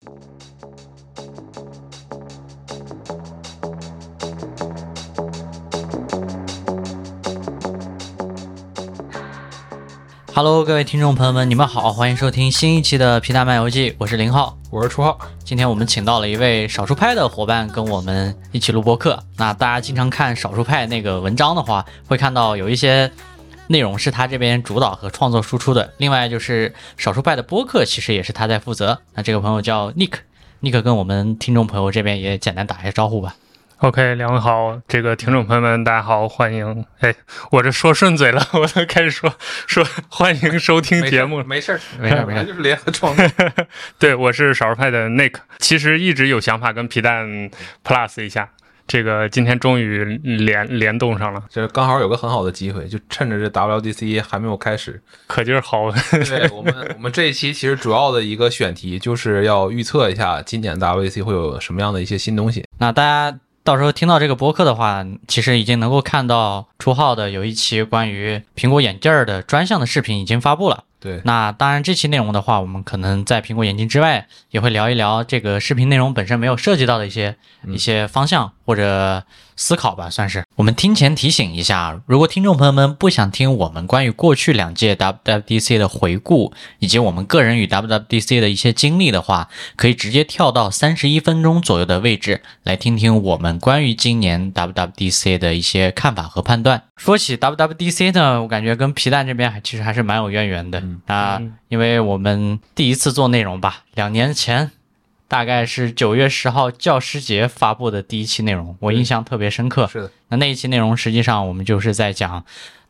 Hello， 各位听众朋友们，你们好，欢迎收听新一期的皮蛋漫游记，我是林浩， 我是初浩。 今天我们请到了一位少数派的伙伴跟我们一起录播客。那大家经常看少数派那个文章的话，会看到有一些内容是他这边主导和创作输出的。另外就是少数派的播客其实也是他在负责。那这个朋友叫 Nick 跟我们听众朋友这边也简单打一下招呼吧。 OK， 两位好，这个听众朋友们大家好，欢迎。哎，我这说顺嘴了，我都开始说欢迎收听节目了。 没事， 就是联合创作。 对，我是少数派的 Nick， 其实一直有想法跟皮蛋 Plus 一下，这个今天终于联动上了， 这刚好有个很好的机会，就趁着这 WDC 还没有开始， 可劲儿好。 对，我们这一期其实主要的一个选题就是要预测一下今年 WDC 会有什么样的一些新东西。 那大家到时候听到这个播客的话，其实已经能够看到初号的有一期关于苹果眼镜的专项的视频已经发布了。 对， 那当然这期内容的话，我们可能在苹果眼镜之外也会聊一聊这个视频内容本身没有涉及到的一些方向或者思考吧，算是。我们听前提醒一下，如果听众朋友们不想听我们关于过去2届 WWDC 的回顾以及我们个人与 WWDC 的一些经历的话，可以直接跳到31分钟左右的位置来听听我们关于今年 WWDC 的一些看法和判断。说起 WWDC 呢，我感觉跟皮蛋这边其实还是蛮有渊源的。因为我们第一次做内容吧，2年前大概是9月10号教师节发布的第一期内容，我印象特别深刻。 是的， 那一期内容实际上我们就是在讲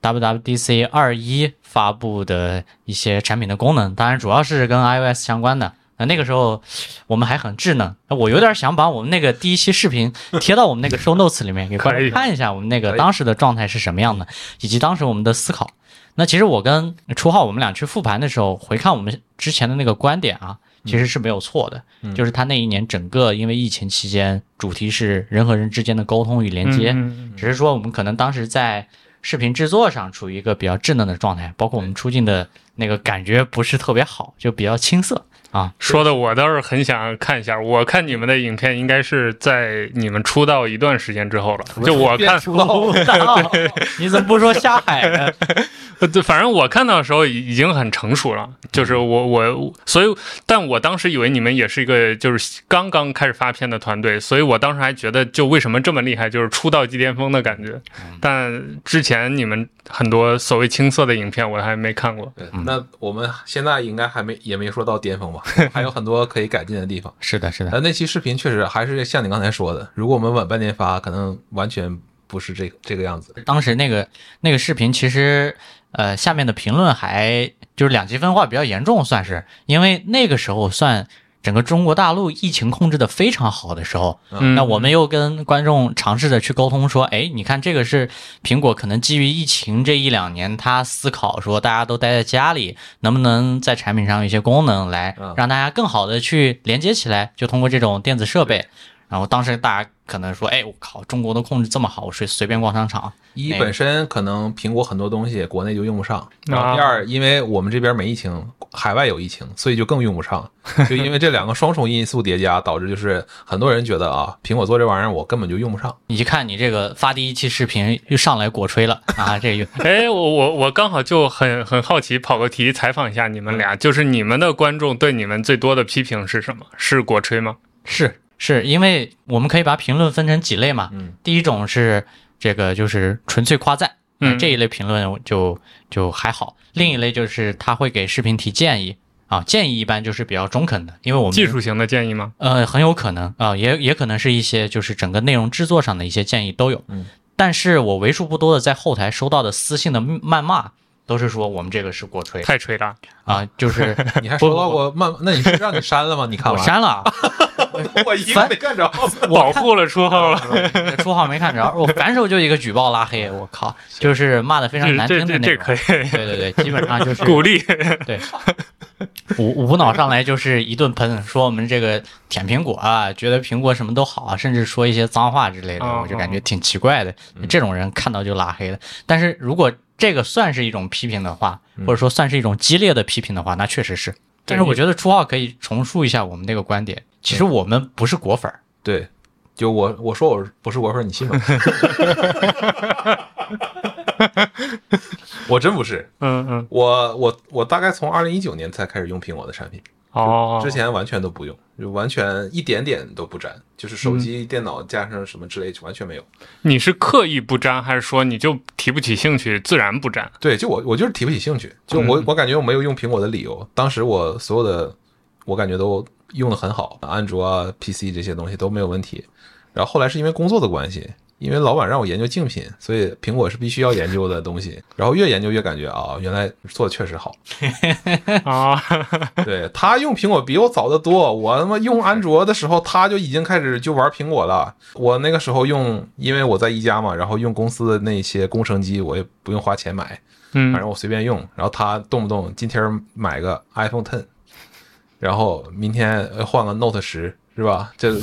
WWDC 21发布的一些产品的功能，当然主要是跟 iOS 相关的。那个时候我们还很稚嫩，我有点想把我们那个第一期视频贴到我们那个 show notes 里面给观众看一下我们那个当时的状态是什么样的，以及当时我们的思考。那其实我跟初浩我们俩去复盘的时候，回看我们之前的那个观点啊，其实是没有错的。就是他那一年整个因为疫情期间，主题是人和人之间的沟通与连接，只是说我们可能当时在视频制作上处于一个比较稚嫩的状态，包括我们出镜的那个感觉不是特别好，就比较青涩啊。 说的我倒是很想看一下，我看你们的影片应该是在你们出道一段时间之后了，就我看出道你怎么不说下海呢？ 对，反正我看到的时候已经很成熟了，就是所以，但我当时以为你们也是一个就是刚刚开始发片的团队，所以我当时还觉得就为什么这么厉害，就是出道即巅峰的感觉。但之前你们很多所谓青涩的影片我还没看过。 对，那我们现在应该也没说到巅峰吧，还有很多可以改进的地方。 是的， 那期视频确实还是像你刚才说的，如果我们晚半年发，可能完全不是这个样子。 当时那个视频其实下面的评论还就是2极分化比较严重，算是因为那个时候算整个中国大陆疫情控制的非常好的时候，那我们又跟观众尝试着去沟通说，你看这个是苹果可能基于疫情这1-2年，他思考说大家都待在家里，能不能在产品上有一些功能来让大家更好的去连接起来，就通过这种电子设备。然后当时大家可能说，我靠，中国的控制这么好，我随便逛商场。 一本身可能苹果很多东西国内就用不上，然后第二，因为我们这边没疫情，海外有疫情，所以就更用不上。就因为这2个双重因素叠加，导致就是很多人觉得啊，苹果做这玩意儿我根本就用不上。 你一看你这个发第一期视频又上来果吹了啊，这个我刚好就很好奇，跑个题采访一下你们俩，就是你们的观众对你们最多的批评是什么？是果吹吗？ 是因为我们可以把评论分成几类嘛。第一种是这个就是纯粹夸赞，这一类评论就还好。另一类就是他会给视频提建议啊，建议一般就是比较中肯的，因为我们技术型的建议吗？ 很有可能啊，也可能是一些就是整个内容制作上的一些建议都有。但是我为数不多的在后台收到的私信的谩骂，都是说我们这个是果吹， 太吹了啊！就是你还收到过谩，那你是让你删了吗？你看完我删了， 我一个没看着， 保护了初号了， 初号没看着，我反手就一个举报拉黑，我靠，就是骂的非常难听的那种。 这可以， 对，基本上就是鼓励， 对，无脑上来就是一顿喷，说我们这个舔苹果啊，觉得苹果什么都好啊，甚至说一些脏话之类的，我就感觉挺奇怪的。这种人看到就拉黑了。但是如果这个算是一种批评的话，或者说算是一种激烈的批评的话，那确实是但是我觉得初号可以重述一下我们那个观点，其实我们不是果粉。 对，就我说我不是果粉，你信吗？我真不是。我大概从2019年才开始用苹果的产品。之前完全都不用，就完全一点点都不沾，就是手机、电脑加上什么之类，就完全没有。 你是刻意不沾，还是说你就提不起兴趣，自然不沾？ 对，就我就是提不起兴趣，就我感觉我没有用苹果的理由。当时我所有的我感觉都用的很好，安卓啊、PC 这些东西都没有问题。然后后来是因为工作的关系，因为老板让我研究竞品，所以苹果是必须要研究的东西。然后越研究越感觉原来做的确实好。对，他用苹果比我早得多，我他妈用安卓的时候他就已经开始就玩苹果了。我那个时候用，因为我在一加嘛，然后用公司的那些工程机，我也不用花钱买，反正我随便用。然后他动不动今天买个 iPhone X， 然后明天换个 Note 10，是吧？这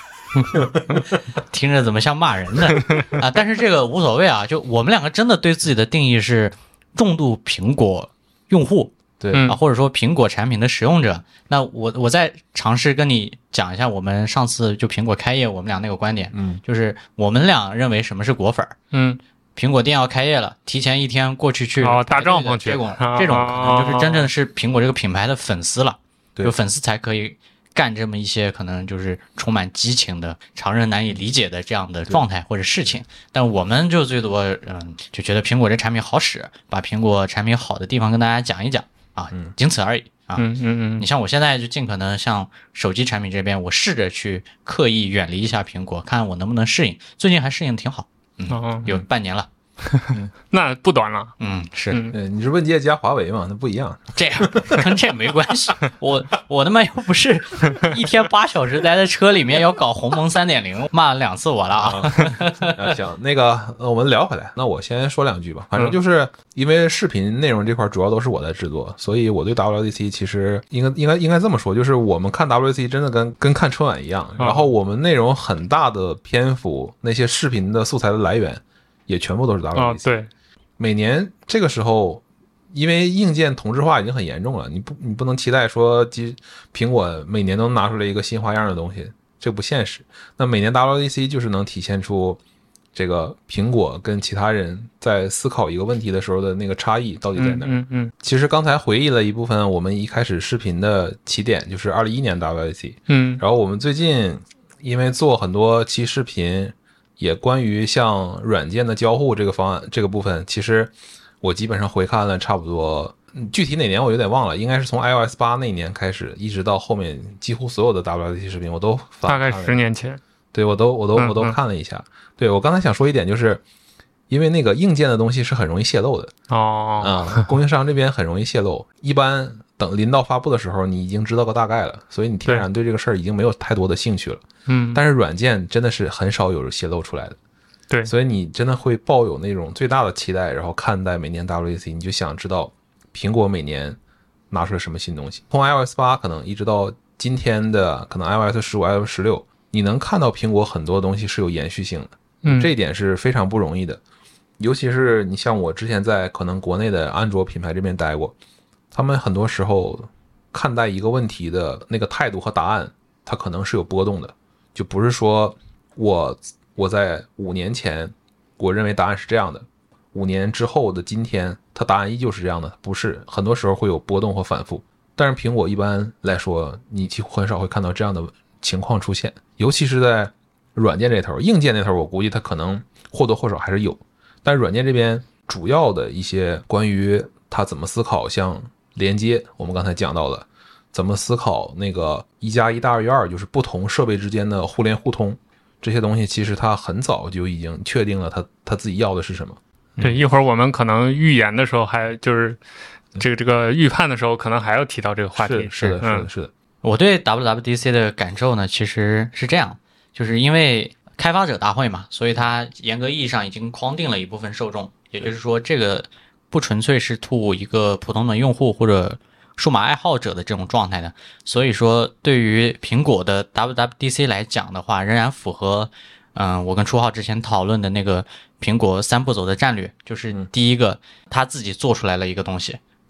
听着怎么像骂人的啊？但是这个无所谓啊，就我们两个真的对自己的定义是重度苹果用户， 对啊，或者说苹果产品的使用者。那我再尝试跟你讲一下我们上次就苹果开业我们俩那个观点，就是我们俩认为什么是果粉，苹果店要开业了，提前一天过去搭帐篷去， 这种可能就是真正是苹果这个品牌的粉丝了， 对， 有粉丝才可以干这么一些可能就是充满激情的常人难以理解的这样的状态或者事情。但我们就最多就觉得苹果这产品好使，把苹果产品好的地方跟大家讲一讲啊，仅此而已啊。你像我现在就尽可能像手机产品这边，我试着去刻意远离一下苹果，看我能不能适应。最近还适应挺好，有半年了。 那不短了。 是。 你是问界加华为嘛？那不一样。 这样跟这没关系。我他妈又不是一天8小时待在车里面要搞鸿蒙 3.0， 骂了2次我了啊。 行，那个我们聊回来，那我先说2句吧。反正就是因为视频内容这块主要都是我在制作，所以我对 WWDC 其实应该这么说，就是我们看 WWDC 真的跟看春晚一样。然后我们内容很大的篇幅，那些视频的素材的来源也全部都是 WWDC。 对， 每年这个时候，因为硬件同质化已经很严重了，你不能期待说苹果每年都拿出来一个新花样的东西，这不现实。那每年 WWDC 就是能体现出这个苹果跟其他人在思考一个问题的时候的那个差异到底在哪儿。其实刚才回忆了一部分我们一开始视频的起点，就是21年 WWDC。然后我们最近因为做很多期视频，也关于像软件的交互这个方案这个部分，其实我基本上回看了差不多，具体哪年我有点忘了，应该是从 iOS 8那年开始，一直到后面几乎所有的 WWDC 视频我都大概10年前， 对，我都看了一下。对，我刚才想说一点，就是因为那个硬件的东西是很容易泄露的供应商这边很容易泄露，一般等临到发布的时候，你已经知道个大概了，所以你天然对这个事儿已经没有太多的兴趣了。但是软件真的是很少有泄露出来的， 对， 所以你真的会抱有那种最大的期待，然后看待每年 WWDC， 你就想知道苹果每年拿出来什么新东西。从 iOS 8可能一直到今天的可能 iOS 15、iOS 16，你能看到苹果很多东西是有延续性的，这一点是非常不容易的。尤其是你像我之前在可能国内的安卓品牌这边待过，他们很多时候看待一个问题的那个态度和答案，它可能是有波动的。就不是说我在5年前我认为答案是这样的，5年之后的今天它答案依旧是这样的，不是，很多时候会有波动和反复。但是苹果一般来说你几乎很少会看到这样的情况出现，尤其是在软件这头。硬件那头我估计它可能或多或少还是有，但软件这边主要的一些关于它怎么思考，像连接我们刚才讲到了，怎么思考那个1+1大于2，就是不同设备之间的互联互通，这些东西其实他很早就已经确定了他自己要的是什么。 对，一会儿我们可能预言的时候还就是这个预判的时候可能还要提到这个话题。 是的。 我对 WWDC 的感受呢其实是这样，就是因为开发者大会嘛，所以它严格意义上已经框定了一部分受众，也就是说这个不纯粹是to一个普通的用户或者数码爱好者的这种状态的。所以说对于苹果的 WWDC 来讲的话，仍然符合我跟初浩之前讨论的那个苹果3步走的战略，就是第一个他自己做出来了一个东西，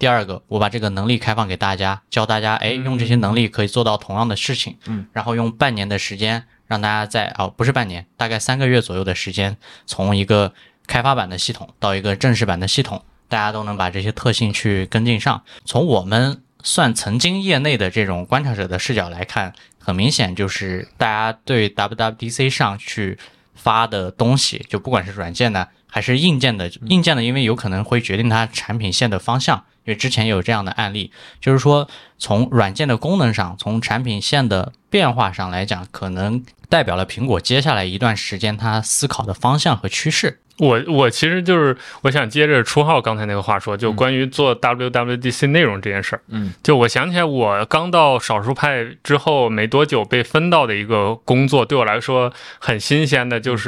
第二个，我把这个能力开放给大家，教大家，用这些能力可以做到同样的事情，然后用半年的时间让大家在不是半年，大概3个月左右的时间，从一个开发版的系统到一个正式版的系统，大家都能把这些特性去跟进上。从我们算曾经业内的这种观察者的视角来看，很明显就是大家对 WWDC 上去发的东西，就不管是软件的还是硬件的，因为有可能会决定它产品线的方向，因为之前有这样的案例，就是说从软件的功能上，从产品线的变化上来讲，可能代表了苹果接下来一段时间它思考的方向和趋势。 我其实就是我想接着初浩刚才那个话说，就关于做 WWDC 内容这件事儿。就我想起来，我刚到少数派之后没多久被分到的一个工作，对我来说很新鲜的，就是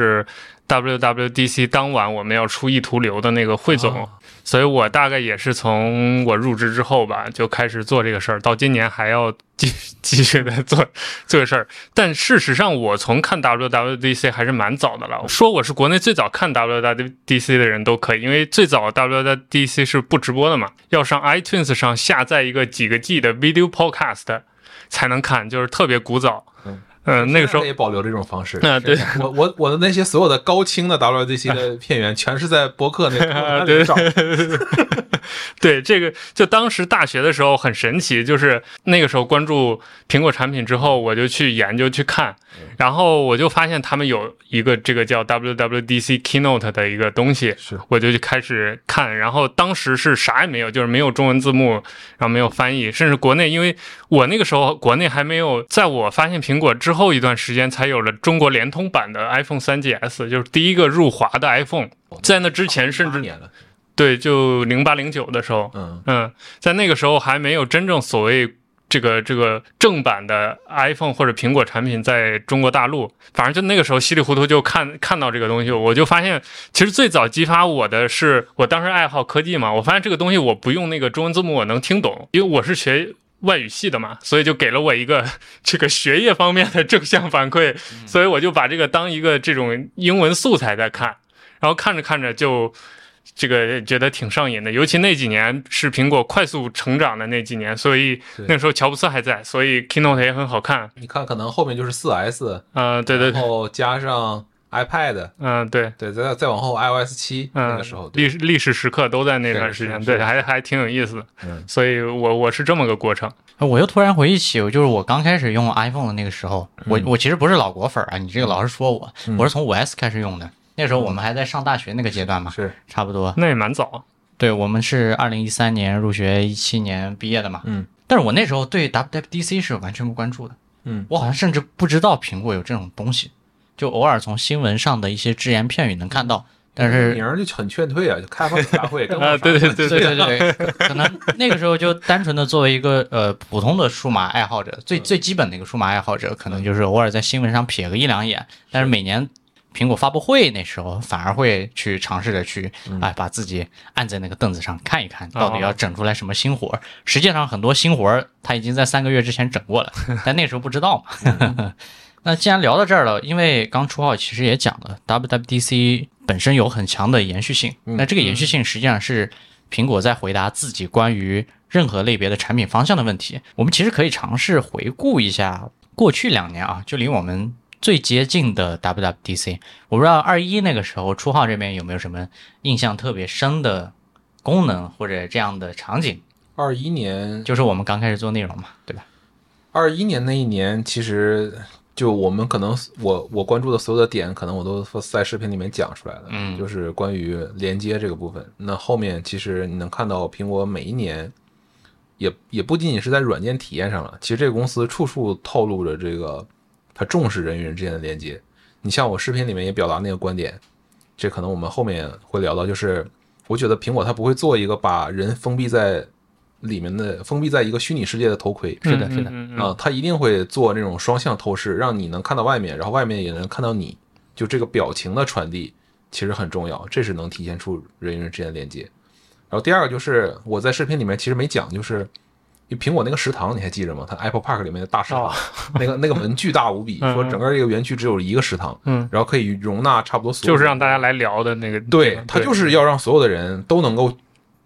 WWDC 当晚我们要出意图流的那个汇总。所以我大概也是从我入职之后吧，就开始做这个事儿，到今年还要继续的做这个事儿。但事实上，我从看 WWDC 还是蛮早的了。说我是国内最早看 WWDC 的人都可以，因为最早 WWDC 是不直播的嘛，要上 iTunes 上下载一个几个 G 的 video podcast 才能看，就是特别古早。那个时候也保留这种方式。 对， 我的那些所有的高清的 WWDC 的片源，全是在博客那里找。 对，这个就当时大学的时候很神奇，就是那个时候关注苹果产品之后，我就去研究去看，然后我就发现他们有一个这个叫 WWDC Keynote 的一个东西，我就开始看，然后当时是啥也没有，就是没有中文字幕，然后没有翻译，甚至国内，因为我那个时候国内还没有，在我发现苹果之后一段时间才有了中国联通版的 iPhone 3GS， 就是第一个入华的 iPhone， 在那之前甚至对，就08、09的时候，在那个时候还没有真正所谓这个正版的 iPhone 或者苹果产品在中国大陆，反正就那个时候稀里糊涂就看到这个东西，我就发现其实最早激发我的是我当时爱好科技嘛，我发现这个东西我不用那个中文字幕我能听懂，因为我是学外语系的嘛，所以就给了我一个这个学业方面的正向反馈，所以我就把这个当一个这种英文素材在看，然后看着看着就这个觉得挺上瘾的，尤其那几年是苹果快速成长的那几年，所以那时候乔布斯还在，所以 Keynote 也很好看。 你看，可能后面就是 4S， 对， 然后加上 iPad， 对， 再往后 iOS 7，那个时候历史时刻都在那段时间，对，还挺有意思的。所以我是这么个过程。 我又突然回忆起，就是我刚开始用 iPhone 的那个时候，我其实不是老果粉啊，你这个老是说我是从 5S 开始用的。那时候我们还在上大学那个阶段嘛， 是差不多， 那也蛮早。 对，我们是2013年入学，17年毕业的嘛。但是我那时候对 WWDC 是完全不关注的。我好像甚至不知道苹果有这种东西，就偶尔从新闻上的一些只言片语能看到。但是名儿就很劝退啊，就开发者大会跟对，可能那个时候就单纯的作为一个普通的数码爱好者，最基本的一个数码爱好者，可能就是偶尔在新闻上瞥个1-2眼。但是每年苹果发布会那时候反而会去尝试着去把自己按在那个凳子上看一看，到底要整出来什么新活。实际上很多新活他已经在3个月之前整过了，但那时候不知道嘛。那既然聊到这儿了，因为刚初号其实也讲了 WWDC 本身有很强的延续性，那这个延续性实际上是苹果在回答自己关于任何类别的产品方向的问题。我们其实可以尝试回顾一下过去2年啊，就离我们最接近的 WWDC， 我不知道21那个时候初号这边有没有什么印象特别深的功能或者这样的场景。 21年就是我们刚开始做内容嘛，对吧 ？21年那一年其实就我们可能我关注的所有的点，可能我都在视频里面讲出来了，就是关于连接这个部分。那后面其实你能看到苹果每一年也不仅仅是在软件体验上了，其实这个公司处处透露着这个它重视人与人之间的连接。你像我视频里面也表达那个观点，这可能我们后面会聊到，就是我觉得苹果它不会做一个把人封闭在一个虚拟世界的头盔， 是的它一定会做那种双向透视，让你能看到外面，然后外面也能看到你，就这个表情的传递其实很重要，这是能体现出人与人之间的连接。然后第二个就是我在视频里面其实没讲，就是苹果那个食堂你还记着吗？它 Apple Park 里面的大食堂，那个门巨大无比，说整个这个园区只有一个食堂，然后可以容纳差不多所有， 就是让大家来聊的那个， 对，它就是要让所有的人都能够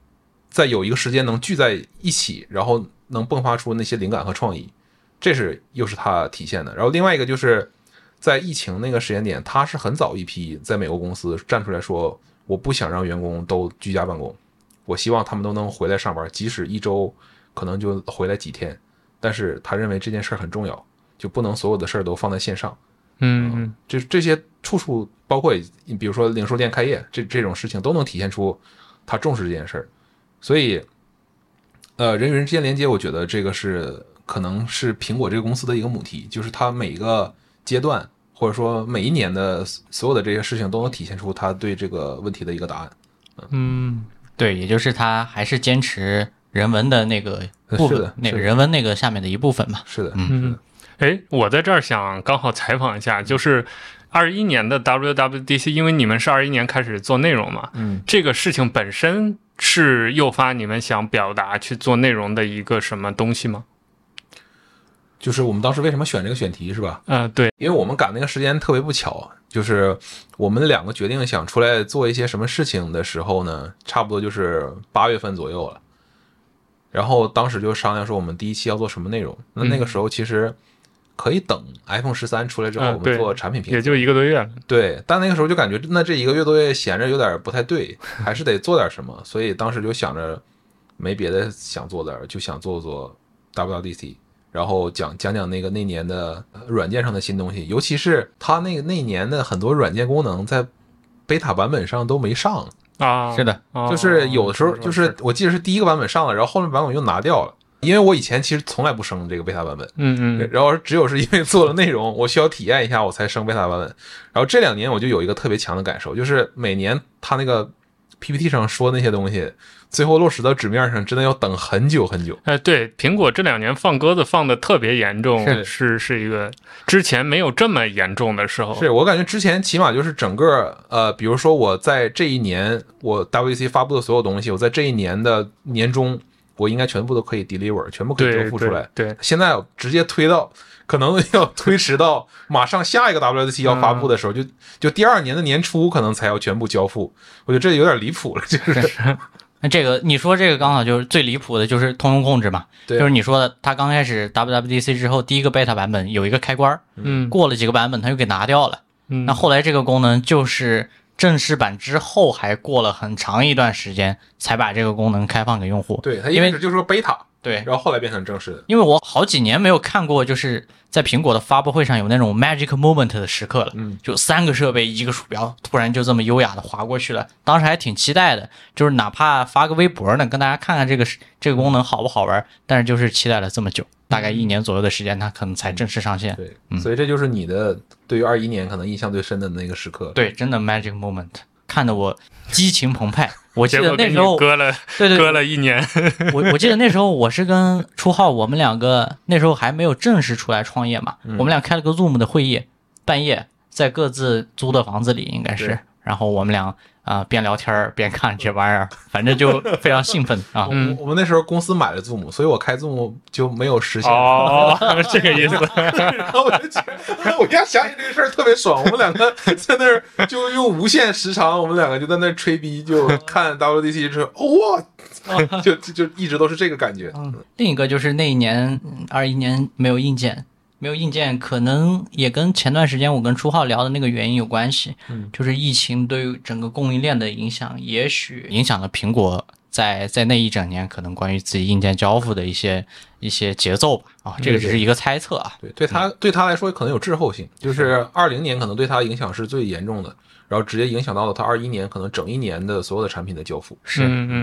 在有一个时间能聚在一起，然后能迸发出那些灵感和创意，这是又是它体现的。然后另外一个就是在疫情那个时间点，它是很早一批在美国公司站出来说，我不想让员工都居家办公，我希望他们都能回来上班，即使一周可能就回来几天，但是他认为这件事很重要，就不能所有的事儿都放在线上。这些处处包括比如说零售店开业这种事情都能体现出他重视这件事儿。所以人与人之间连接，我觉得这个是可能是苹果这个公司的一个母题，就是它每一个阶段或者说每一年的所有的这些事情都能体现出他对这个问题的一个答案。 对，也就是他还是坚持人文的那个部分，那个人文那个下面的一部分嘛。 是的， 我在这儿想刚好采访一下，就是21年的 WWDC， 因为你们是21年开始做内容嘛，这个事情本身是诱发你们想表达去做内容的一个什么东西吗？ 就是我们当时为什么选这个选题是吧？ 对， 因为我们赶那个时间特别不巧，就是我们两个决定想出来做一些什么事情的时候呢，差不多就是8月份左右了。然后当时就商量说我们第一期要做什么内容。那个时候其实可以等 iPhone 13出来之后，我们做产品评测， 也就1个多月了。 对，但那个时候就感觉那这1个月多月闲着有点不太对，还是得做点什么。所以当时就想着没别的想做的，就想做 WWDC。然后讲那年的软件上的新东西，尤其是它那一年的很多软件功能在贝塔版本上都没上啊。 是的， 就是有的时候就是我记得是第一个版本上了，然后后面版本又拿掉了。因为我以前其实从来不升这个贝塔版本，然后只有是因为做了内容，我需要体验一下我才升贝塔版本。然后这2年我就有一个特别强的感受，就是每年它那个 PPT 上说那些东西，最后落实到纸面上真的要等很久很久。 对，苹果这2年放鸽子放的特别严重，是一个之前没有这么严重的时候。 是我感觉之前起码就是整个比如说我在这一年我 WWDC 发布的所有东西，我在这一年的年中我应该全部都可以 deliver， 全部可以交付出来。 对， 现在直接推到可能要推迟到马上下一个 WWDC 要发布的时候，就第2年的年初可能才要全部交付。我觉得这有点离谱了，就是那这个你说这个刚好就是最离谱的，就是通用控制嘛，就是你说的，它刚开始 WWDC 之后第一个 beta 版本有一个开关，过了几个版本它又给拿掉了，那后来这个功能就是正式版之后还过了很长一段时间才把这个功能开放给用户。 对，它一开始就是说 beta， 对， 然后后来变成正式的。 因为我好几年没有看过，就是在苹果的发布会上有那种 magic moment 的时刻了，就3个设备1个鼠标，突然就这么优雅的划过去了。当时还挺期待的，就是哪怕发个微博呢，跟大家看看这个功能好不好玩，但是就是期待了这么久，大概1年左右的时间，它可能才正式上线。 对，所以这就是你的对于21年可能印象最深的那个时刻。 对，真的 magic moment， 看得我激情澎湃。我记得那时候割了1年。 我记得那时候我是跟初浩，我们2个那时候还没有正式出来创业嘛，我们俩开了个 Zoom 的会议，半夜在各自租的房子里应该是，然后我们俩边聊天边看这玩意儿，反正就非常兴奋啊。 我们那时候公司买了 Zoom， 所以我开 Zoom 就没有实现。 这个意思。 然后我就觉得，我一下想起这个事儿特别爽。我们2个在那儿就用无限时长，我们2个就在那儿吹逼，就看 WWDC 之后，哇，就一直都是这个感觉。 另一个就是那一年21年没有硬件，可能也跟前段时间我跟初浩聊的那个原因有关系，就是疫情对于整个供应链的影响，也许影响了苹果在那一整年可能关于自己硬件交付的一些节奏吧。这个只是一个猜测啊。 对他来说可能有滞后性，就是20年可能对他影响是最严重的，然后直接影响到了他21年可能整一年的所有的产品的交付。 是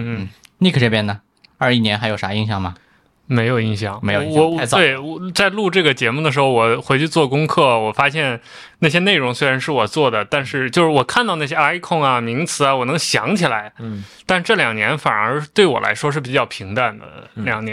，Nick 这边呢，21年还有啥印象吗？ 没有印象， 太早了。 对，我在录这个节目的时候，我回去做功课，我发现那些内容虽然是我做的，但是就是我看到那些 icon 啊、名词啊，我能想起来。但这2年反而对我来说是比较平淡的2年。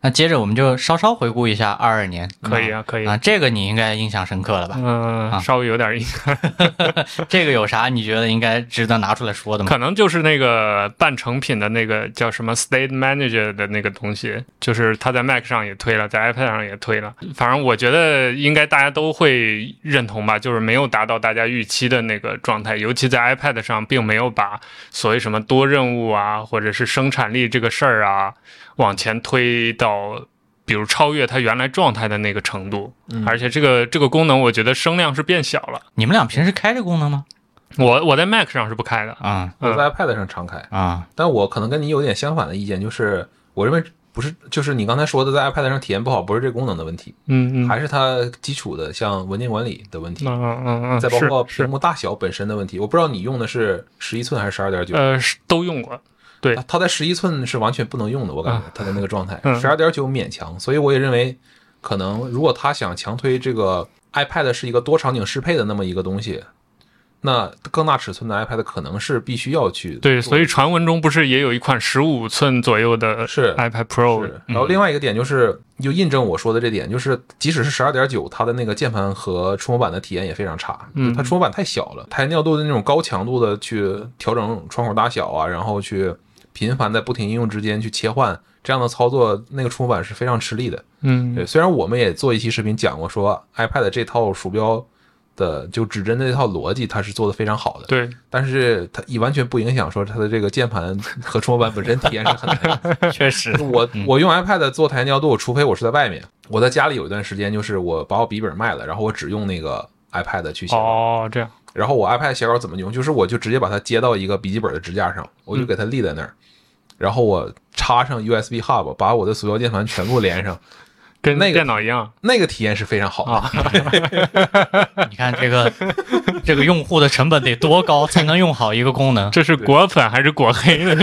那接着我们就稍稍回顾一下22年。 可以啊，可以啊，这个你应该印象深刻了吧？ 稍微有点印象。 这个有啥你觉得应该值得拿出来说的吗？ 可能就是那个半成品的那个叫什么 State Manager 的那个东西，就是它在 Mac 上也推了，在 iPad 上也推了。反正我觉得应该大家都会认同吧，就是没有达到大家预期的那个状态，尤其在 iPad 上并没有把所谓什么多任务啊，或者是生产力这个事儿啊往前推到比如超越它原来状态的那个程度。而且这个功能我觉得声量是变小了。 你们俩平时开这功能吗？ 我在 Mac 上是不开的啊， 我在 iPad 上常开啊， 但我可能跟你有点相反的意见，就是我认为不是，就是你刚才说的在 iPad 上体验不好，不是这功能的问题，还是它基础的像文件管理的问题，再包括屏幕大小本身的问题。我不知道你用的是11寸还是12.9？ 都用过。对， 它在11寸是完全不能用的，我感觉它的那个状态，12.9勉强，所以我也认为可能如果他想强推这个 iPad 是一个多场景适配的那么一个东西，那更大尺寸的 iPad 可能是必须要去对，所以传闻中不是也有一款15寸左右的 iPad Pro？ 然后另外一个点就是就印证我说的这点，就是即使是12.9，它的那个键盘和触摸板的体验也非常差，它触摸板太小了，台尿度的那种高强度的去调整窗口大小啊，然后去频繁在不停应用之间去切换，这样的操作那个触摸板是非常吃力的。对，虽然我们也做一期视频讲过说 iPad 这套鼠标的就指针的这套逻辑它是做的非常好的， 对， 但是它也完全不影响说它的这个键盘和触摸板本身体验是很难的。 确实， 我用 iPad 做台尿度，除非我是在外面，我在家里有一段时间就是我把我笔记本卖了，然后我只用那个 iPad 去写稿。 这样。 然后我 iPad 写稿怎么用？就是我就直接把它接到一个笔记本的支架上，我就给它立在那儿，然后我插上 USB hub， 把我的鼠标键盘全部连上。 跟电脑一样， 那个体验是非常好的。你看这个用户的成本得多高才能用好一个功能？ 这是果粉还是果黑的？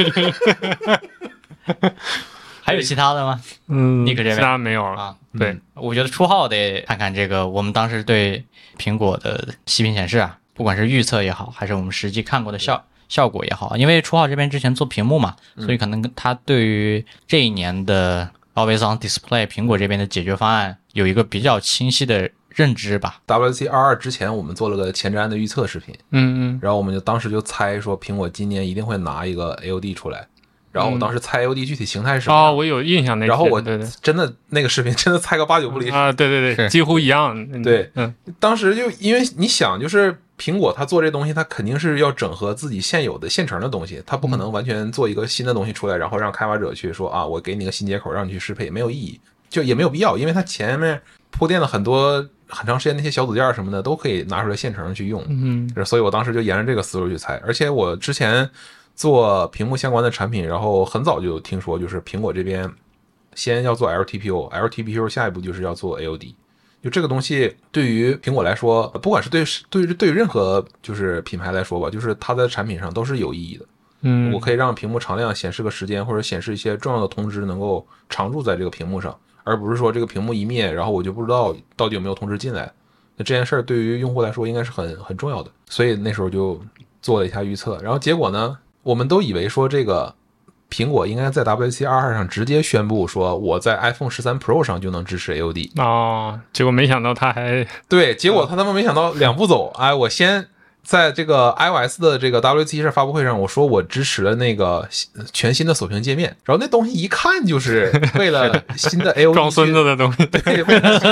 还有其他的吗？尼克这边其他没有了。对， 我觉得初号得看看这个，我们当时对苹果的息屏显示啊，不管是预测也好，还是我们实际看过的效果也好，因为初号这边之前做屏幕嘛，所以可能他对于这一年的Always on Display 苹果这边的解决方案有一个比较清晰的认知吧。 WWDC22之前我们做了个前瞻的预测视频，然后我们就当时就猜说苹果今年一定会拿一个 AOD 出来，然后我当时猜 AOD 具体形态是什么我有印象那个， 然后我真的那个视频真的猜个8、9不离十啊，对，几乎一样。 对，当时就因为你想就是苹果它做这东西，它肯定是要整合自己现有的现成的东西，它不可能完全做一个新的东西出来，然后让开发者去说啊，我给你个新接口让你去适配，没有意义，就也没有必要，因为它前面铺垫了很长时间那些小组件什么的都可以拿出来现成去用。所以我当时就沿着这个思路去猜，而且我之前做屏幕相关的产品，然后很早就听说就是苹果这边先要做 LTPO 下一步就是要做 AOD。就这个东西对于苹果来说，不管是对于任何就是品牌来说吧，就是它在产品上都是有意义的。我可以让屏幕常亮显示个时间，或者显示一些重要的通知能够常驻在这个屏幕上，而不是说这个屏幕一灭，然后我就不知道到底有没有通知进来。那这件事儿对于用户来说应该是很重要的，所以那时候就做了一下预测。然后结果呢，我们都以为说这个苹果应该在 WWDC22 上直接宣布说我在 iPhone 13 Pro 上就能支持 AOD 结果没想到他还对，结果他们没想到两步走，我先在这个 iOS 的这个 WWDC 发布会上，我说我支持了那个全新的锁屏界面，然后那东西一看就是为了新的 AOD 装孙子的东西， 对，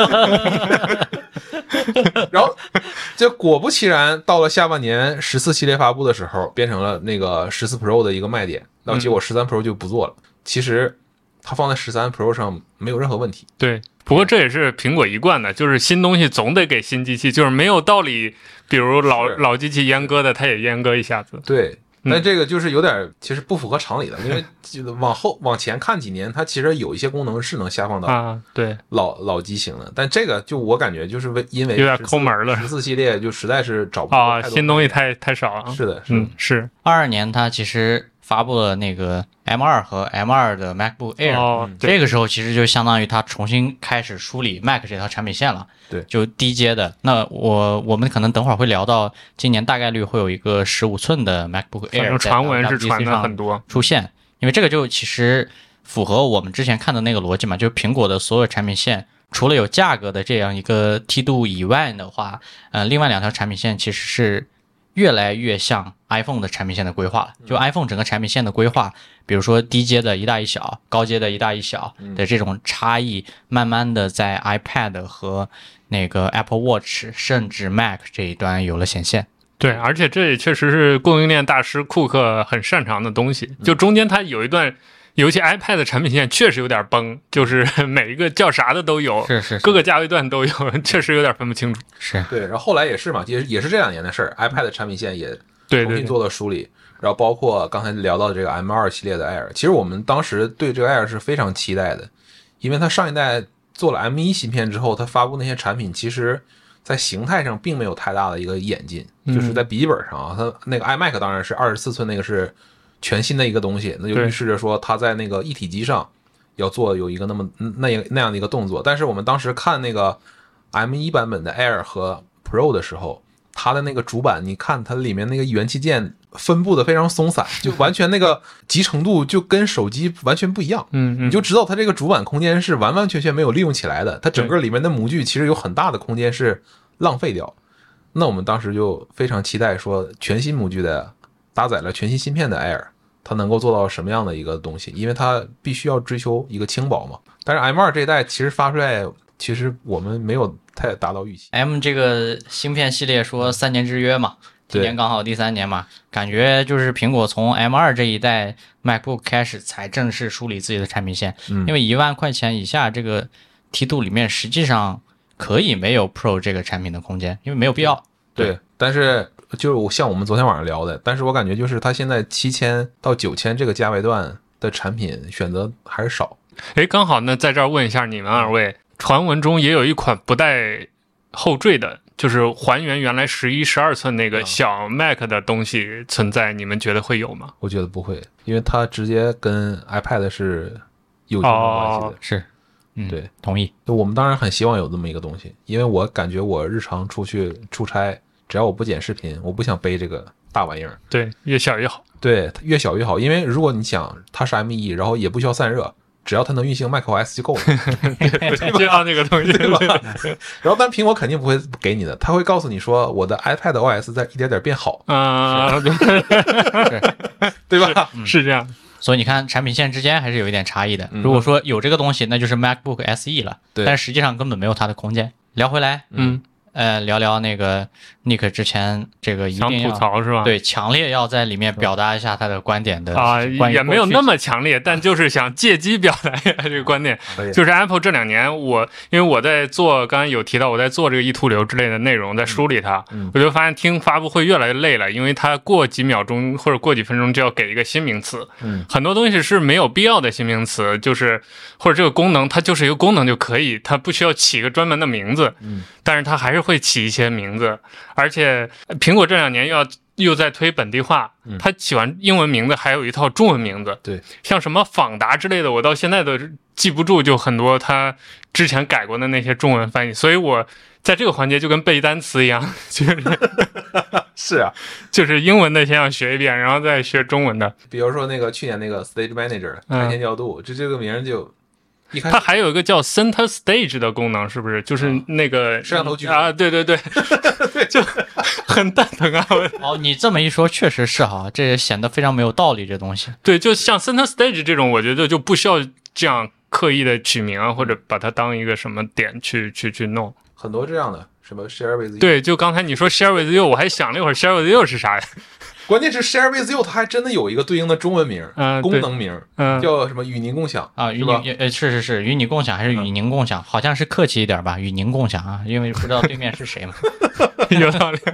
然后就果不其然，到了下半年14系列发布的时候，变成了那个14 Pro 的一个卖点，然后结果13 Pro 就不做了。其实它放在13 Pro 上没有任何问题。 对，不过这也是苹果一贯的，就是新东西总得给新机器，就是没有道理，比如老机器阉割的，它也阉割一下子。 对。但这个就是有点其实不符合常理的，因为往前看几年，它其实有一些功能是能下放到对老机型的，但这个就我感觉就是因为有点抠门了 ，14系列就实在是找不到新东西太少了。 是的， 是 22年它其实发布了那个 M2 和 M2 的 MacBook Air，这个时候其实就相当于它重新开始梳理 Mac 这条产品线了。 对， 就低阶的。那我们可能等会儿会聊到，今年大概率会有一个15寸的 MacBook Air， 传闻是传的很多出现，因为这个就其实符合我们之前看的那个逻辑嘛，就是苹果的所有产品线除了有价格的这样一个梯度以外的话，另外2条产品线其实是越来越像 iPhone 的产品线的规划了。就 iPhone 整个产品线的规划，比如说低阶的一大一小，高阶的一大一小的这种差异，慢慢的在 iPad 和那个 Apple Watch 甚至 Mac 这一端有了显现。 对，而且这也确实是供应链大师库克很擅长的东西。就中间他有一段，尤其 iPad 的产品线确实有点崩，就是每一个叫啥的都有， 是各个价位段都有，确实有点分不清楚。 是对，然后后来也是嘛，也是这2年的事儿，iPad 的产品线也重新做了梳理，然后包括刚才聊到这个 M2 系列的 Air， 其实我们当时对这个 Air 是非常期待的，因为它上一代做了 M1 芯片之后，它发布那些产品其实在形态上并没有太大的一个演进，就是在笔记本上啊，它那个 iMac 当然是24寸那个是全新的一个东西，那就预示着说它在那个一体机上要做有一个那样的一个动作。但是我们当时看那个 M1 版本的 Air 和 Pro 的时候，它的那个主板，你看它里面那个元器件分布的非常松散，就完全那个集成度就跟手机完全不一样。你就知道它这个主板空间是完完全全没有利用起来的，它整个里面的模具其实有很大的空间是浪费掉。那我们当时就非常期待说全新模具的搭载了全新芯片的 Air， 它能够做到什么样的一个东西，因为它必须要追求一个轻薄嘛。但是 M2 这一代其实发出来，其实我们没有太达到预期。 M 这个芯片系列说3年之约嘛，今年刚好第3年嘛，感觉就是苹果从 M2 这一代 MacBook 开始才正式梳理自己的产品线，因为1万块钱以下这个梯度里面，实际上可以没有 Pro 这个产品的空间，因为没有必要。 对，但是就是像我们昨天晚上聊的，但是我感觉就是它现在7000到9000这个价位段的产品选择还是少。 哎，刚好呢，在这儿问一下你们2位，传闻中也有一款不带后缀的，就是还原原来11、12寸那个小 Mac 的东西存在，你们觉得会有吗？ 我觉得不会，因为它直接跟 iPad 是有竞争关系的。 是， 对， 同意。 我们当然很希望有这么一个东西，因为我感觉我日常出去出差，只要我不剪视频，我不想背这个大玩意儿。 对，越小越好。 对，越小越好，因为如果你想它是 M1，然后也不需要散热，只要它能运行 macOS 就够了， 就要那个东西， 对吧？然后，但苹果肯定不会给你的，他会告诉你说，我的 iPad OS 在一点点变好啊， 对吧？ 是这样。 所以你看，产品线之间还是有一点差异的。如果说有这个东西，那就是 MacBook SE 了，但实际上根本没有它的空间。聊回来，聊聊那个 Nick 之前这个一定要吐槽是吧？ 对，强烈要在里面表达一下他的观点的也没有那么强烈，但就是想借机表达一下这个观点。就是 Apple 这2年，因为我在做，刚刚有提到我在做这个一图流之类的内容，在梳理它，我就发现听发布会越来越累了，因为它过几秒钟或者过几分钟就要给一个新名词，很多东西是没有必要的新名词，就是或者这个功能它就是一个功能就可以，它不需要起一个专门的名字，但是它还是会起一些名字，而且苹果这2年又在推本地化，它起完英文名字还有一套中文名字， 对， 像什么访达之类的，我到现在都记不住，就很多它之前改过的那些中文翻译，所以我在这个环节就跟背单词一样，就是是啊， 就是英文的先要学一遍，然后再学中文的。 比如说那个去年那个 Stage Manager 开线调度，这个名就。 它还有一个叫 Center Stage 的功能，是不是？就是那个摄像头举啊，对对对，就很蛋疼啊！ 你这么一说，确实是哈，这显得非常没有道理，这东西。 对，就像 Center Stage 这种，我觉得就不需要这样刻意的取名啊，或者把它当一个什么点去弄。 很多这样的，什么 Share with You。 对，就刚才你说 Share with You， 我还想了一会儿 Share with You 是啥呀？ 关键是 Share with You 它还真的有一个对应的中文名，功能名，叫什么与您共享啊？是与你共享还是与您共享？好像是客气一点吧，与您共享啊，因为不知道对面是谁嘛。 有道理。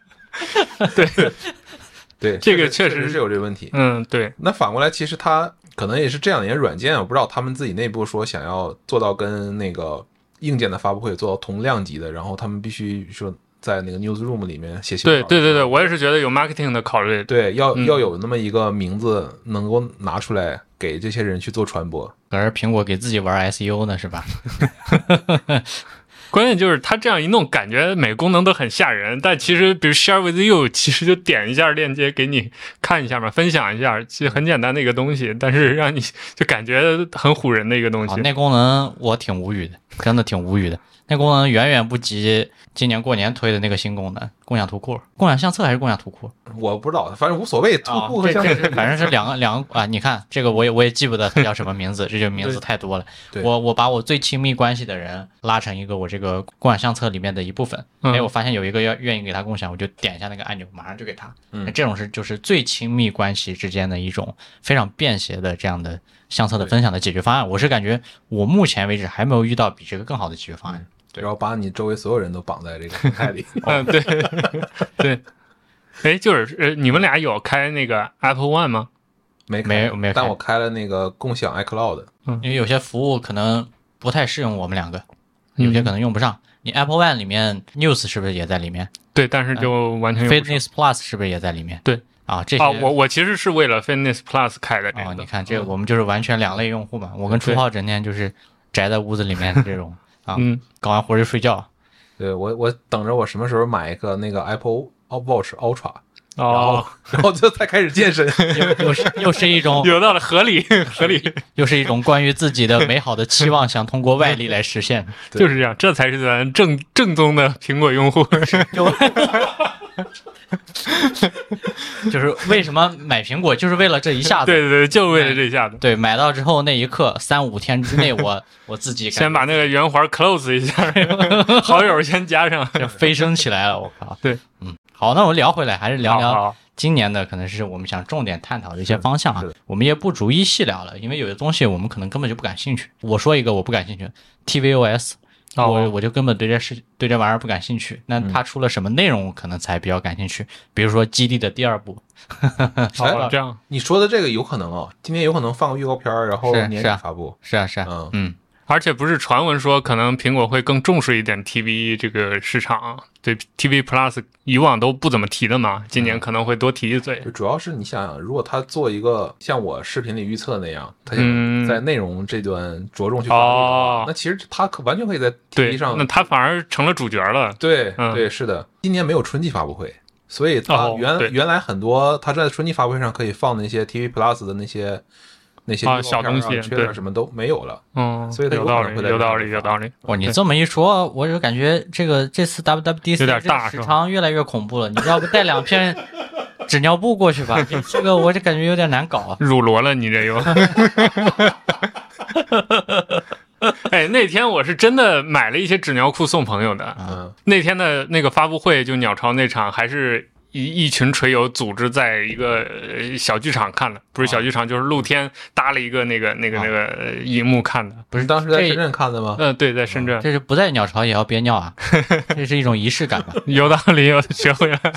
对， 这个确实是有这个问题。 对。 那反过来，其实它可能也是这2年软件，我不知道他们自己内部说想要做到跟那个硬件的发布会做到同量级的，然后他们必须说。在那个 newsroom 里面写对，我也是觉得有 marketing 的考虑， 对，要有那么一个名字能够拿出来给这些人去做传播。 而苹果给自己玩 SEO 呢，是吧？ 关键就是它这样一弄，感觉每个功能都很吓人，但其实比如 Share with you， 其实就点一下链接给你看一下嘛，分享一下，其实很简单的一个东西，但是让你就感觉很唬人的一个东西。 那功能我挺无语的，真的挺无语的。那功能远远不及今年过年推的那个新功能——共享图库、共享相册还是共享图库？ 我不知道，反正无所谓。图库和相册， 反正是两个啊！你看这个，我也记不得它叫什么名字，这就名字太多了。我把我最亲密关系的人拉成一个我这个共享相册里面的一部分。我发现有一个愿意给他共享，我就点一下那个按钮，马上就给他。这种就是最亲密关系之间的一种非常便携的这样的相册的分享的解决方案。我是感觉我目前为止还没有遇到比这个更好的解决方案。 然后把你周围所有人都绑在这个平台里。 对对。哎，就是你们俩有开那个 Apple One 吗？ 没有， 但我开了那个共享 iCloud。 因为有些服务可能不太适用我们两个，有些可能用不上。你 Apple One 里面 News 是不是也在里面？ 对，但是就完全用不上。 Fitness Plus 是不是也在里面？ 对啊，这些我其其实是为了 Fitness Plus 开的这个。 你看这个我们就是完全两类用户嘛。我跟初浩整天就是宅在屋子里面这种搞完活就睡觉。 对，我等着我什么时候买一个那个 Apple Watch Ultra， 然后就才开始健身。 又是一种有道理，合理， 又是一种关于自己的美好的期望，想通过外力来实现。 就是这样，这才是咱正宗的苹果用户。 就是为什么买苹果，就是为了这一下子。 对，就为了这一下子。 对，买到之后那一刻，3-5天之内我自己先把那个圆环 close 一下，好友先加上， 就飞升起来了。我靠！ 对， 好，那我聊回来，还是聊聊今年的，可能是我们想重点探讨的一些方向啊。我们也不逐一细聊了，因为有的东西我们可能根本就不感兴趣。我说一个我不感兴趣 ，tvOS。我就根本对这玩意儿不感兴趣。那它出了什么内容，可能才比较感兴趣。比如说《基地》的第2部。 这样你说的这个有可能啊，今年有可能放个预告片，然后年底发布。 是啊， 而且不是传闻说可能苹果会更重视一点 TV 这个市场，对 TV Plus 以往都不怎么提的嘛，今年可能会多提一嘴。 主要是你想想，如果他做一个像我视频里预测那样，他在内容这端着重去发力，那其实他完全可以在 TV 上， 那他反而成了主角了。 对，是的。今年没有春季发布会，所以他原来很多他在春季发布会上可以放的那些 TV Plus 的那些小东西， 缺点什么都没有了。所以有道理。 你这么一说，我就感觉这次 WWDC 有点大， 时长越来越恐怖了。你要不带2片纸尿布过去吧？这个我就感觉有点难搞啊。 乳螺了，你这又。哎，那天我是真的买了一些纸尿裤送朋友的。那天的那个发布会，就鸟巢那场，还是一群锤友组织在一个小剧场看的，不是小剧场，就是露天搭了一个那个荧幕看的。 不是当时在深圳看的吗？ 对，在深圳。 这是不在鸟巢也要憋尿啊？这是一种仪式感吧？ 有道理，学会了。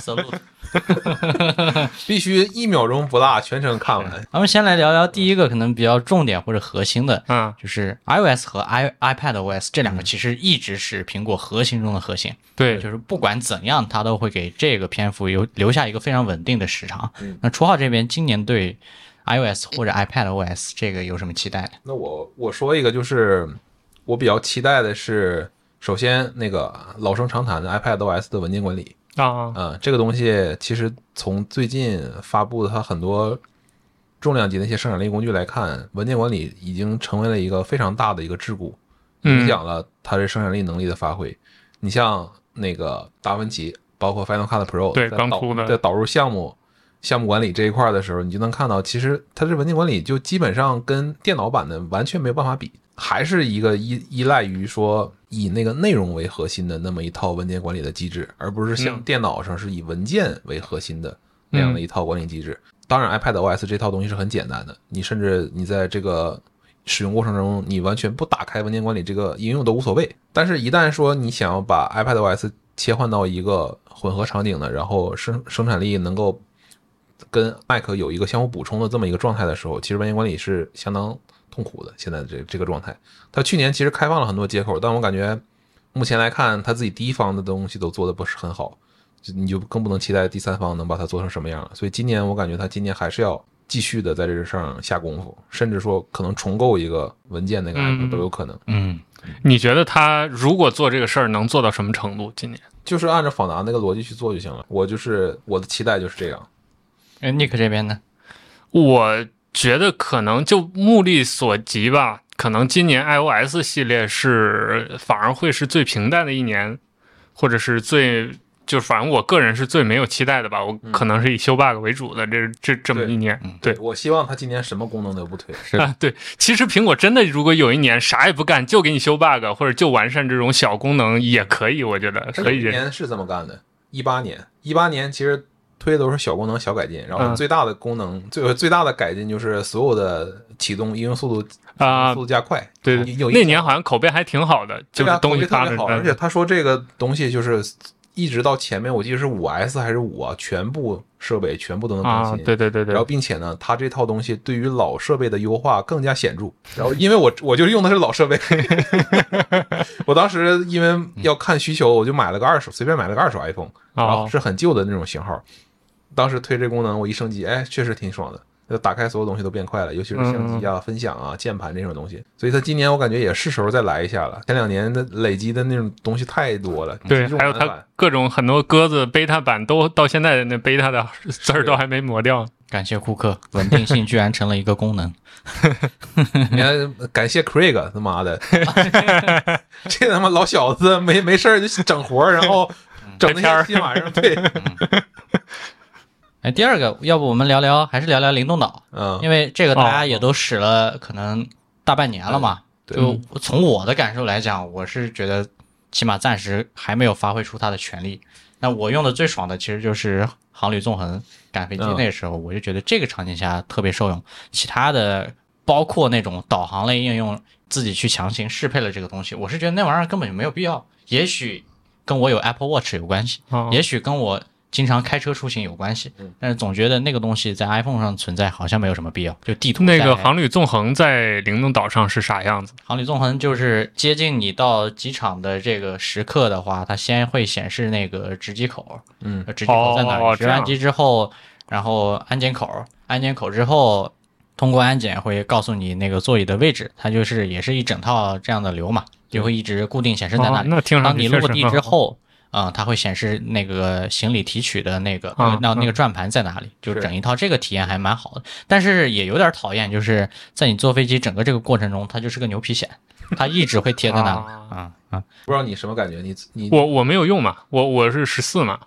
必须1秒钟不落，全程看完。 咱们先来聊聊第一个可能比较重点或者核心的，就是 iOS 和 iPadOS 这两个其实一直是苹果核心中的核心。 对， 就是不管怎样，它都会给这个篇幅留下一个非常稳定的时长。那初号这边今年对 iOS 或者 iPadOS 这个有什么期待？ 那我说一个，就是我比较期待的是，首先那个老生常谈的 iPadOS 的文件管理。这个东西其实从最近发布的它很多重量级的一些生产力工具来看，文件管理已经成为了一个非常大的一个桎梏，影响了它的生产力能力的发挥。你像那个达芬奇，包括 Final Cut Pro， 对，刚出的， 在导入项目管理这一块的时候，你就能看到，其实它这文件管理就基本上跟电脑版的完全没有办法比，还是一个依赖于说以那个内容为核心的那么一套文件管理的机制，而不是像电脑上是以文件为核心的那样的一套管理机制。当然 iPadOS 这套东西是很简单的，你甚至你在这个使用过程中，你完全不打开文件管理这个应用都无所谓。但是一旦说你想要把 iPadOS 切换到一个混合场景的，然后生产力能够跟 Mac 有一个相互补充的这么一个状态的时候，其实文件管理是相当痛苦的。现在这个状态，它去年其实开放了很多接口，但我感觉目前来看，它自己第一方的东西都做的不是很好，你就更不能期待第三方能把它做成什么样了。所以今年我感觉它今年还是要继续的在这上下功夫，甚至说可能重构一个文件那个 app 都有可能。 你觉得他如果做这个事儿能做到什么程度？今年就是按照访达那个逻辑去做就行了。我的期待就是这样。 Nick 这边呢？ 我觉得可能就目力所及吧，可能今年 iOS 系列反而会是最平淡的一年，或者是就反正我个人是最没有期待的吧，我可能是以修 bug 为主的这么一年。对， 我希望他今年什么功能都不推。 对，其实苹果真的如果有一年啥也不干，就给你修 bug 或者就完善这种小功能也可以，我觉得可以。 今年是这么干的。18年其实推的都是小功能小改进，然后最大的功能最大的改进就是所有的启动应用速度加快。 对，那年好像口碑还挺好的，就是东西发的好，而且他说这个东西就是一直到前面我记得是5S 还是5啊，全部设备全部都能更新。 对。 然后并且呢，他这套东西对于老设备的优化更加显著。然后因为我就用的是老设备，我当时因为要看需求，我就随便买了个二手 iPhone， 然后是很旧的那种型号。当时推这功能，我一升级，确实挺爽的。打开所有东西都变快了，尤其是相机啊、分享啊、键盘这种东西。所以它今年我感觉也是时候再来一下了。前2年的累积的那种东西太多了。 对，还有它各种很多鸽子 beta 版都到现在那 beta 的字儿都还没磨掉。 感谢库克，稳定性居然成了一个功能。 你看，感谢 Craig， 他妈的，这他妈老小子没事就整活，然后整那些新玩意儿。对。 第二个，要不我们还是聊聊灵动岛？因为这个大家也都使了可能大半年了嘛。就从我的感受来讲，我是觉得起码暂时还没有发挥出它的全力。那我用的最爽的其实就是航旅纵横赶飞机那个时候，我就觉得这个场景下特别受用。其他的包括那种导航类应用，自己去强行适配了这个东西，我是觉得那玩意儿根本就没有必要。也许跟我有 Apple Watch 有关系，也许跟我经常开车出行有关系，但是总觉得那个东西在 iPhone 上存在好像没有什么必要。就地图那个航旅纵横在灵动岛上是啥样子？ 航旅纵横就是接近你到机场的这个时刻的话，它先会显示那个值机口，值机口在哪儿？值完机之后，然后安检口之后通过安检会告诉你那个座椅的位置，它就是也是一整套这样的流嘛，就会一直固定显示在那里。当你落地之后。它会显示那个行李提取的那个转盘在哪里，就整一套这个体验还蛮好的，但是也有点讨厌，就是在你坐飞机整个这个过程中，它就是个牛皮癣，它一直会贴在那里。 不知道你什么感觉？ 我没有用嘛，我是14嘛，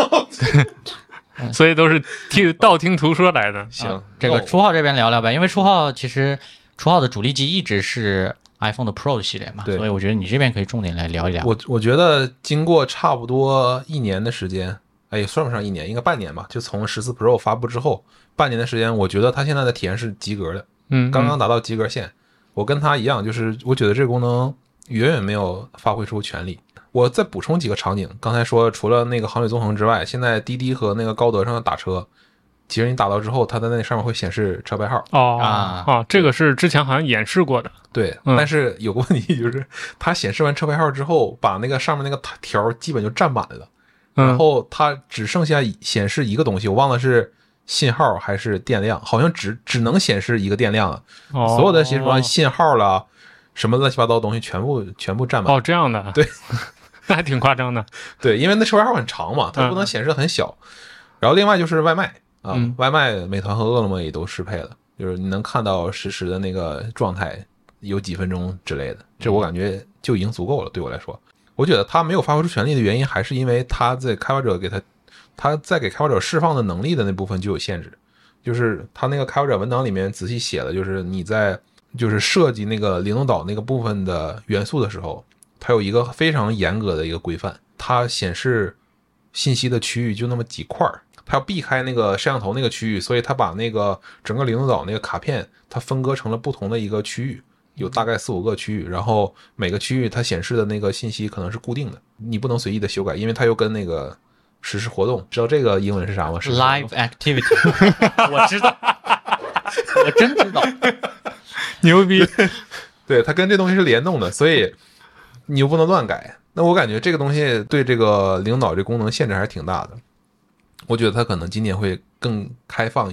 所以都是道听途说来的。 行， 这个初号这边聊聊呗，因为初号的主力机一直是iPhone 的 Pro 系列嘛，所以我觉得你这边可以重点来聊一聊。 我觉得经过差不多1年的时间，算不上1年，应该半年吧，就从14 Pro 发布之后半年的时间，我觉得它现在的体验是及格的，刚刚达到及格线。我跟它一样，就是我觉得这个功能远远没有发挥出全力。我再补充几个场景，刚才说除了那个航旅纵横之外，现在滴滴和那个高德上的打车，其实你打到之后，它在那上面会显示车牌号。 这个是之前好像演示过的。 对，但是有个问题就是，它显示完车牌号之后，把那个上面那个条基本就占满了，然后它只剩下显示一个东西，我忘了是信号还是电量，好像只能显示一个电量了，所有的什么信号啦，什么乱七八糟的东西全部占满。 这样的。 对， 那还挺夸张的。 对，因为那车牌号很长嘛，它不能显示很小。然后另外就是外卖。外卖美团和饿了么也都适配了，就是你能看到实时的那个状态有几分钟之类的，这我感觉就已经足够了。对我来说，我觉得他没有发挥出全力的原因，还是因为他在开发者给开发者释放的能力的那部分就有限制，就是他那个开发者文档里面仔细写了，就是你在就是设计那个灵动岛那个部分的元素的时候，它有一个非常严格的一个规范，它显示信息的区域就那么几块儿。它要避开那个摄像头那个区域，所以它把那个整个灵动岛那个卡片它分割成了不同的一个区域，有大概4-5个区域，然后每个区域它显示的那个信息可能是固定的，你不能随意的修改，因为它又跟那个实时活动，知道这个英文是啥吗？ Live activity 我知道我真知道牛逼对，它跟这东西是联动的，所以你又不能乱改。那我感觉这个东西对这个灵动岛这功能限制还是挺大的，我觉得它可能今年会更开放一些。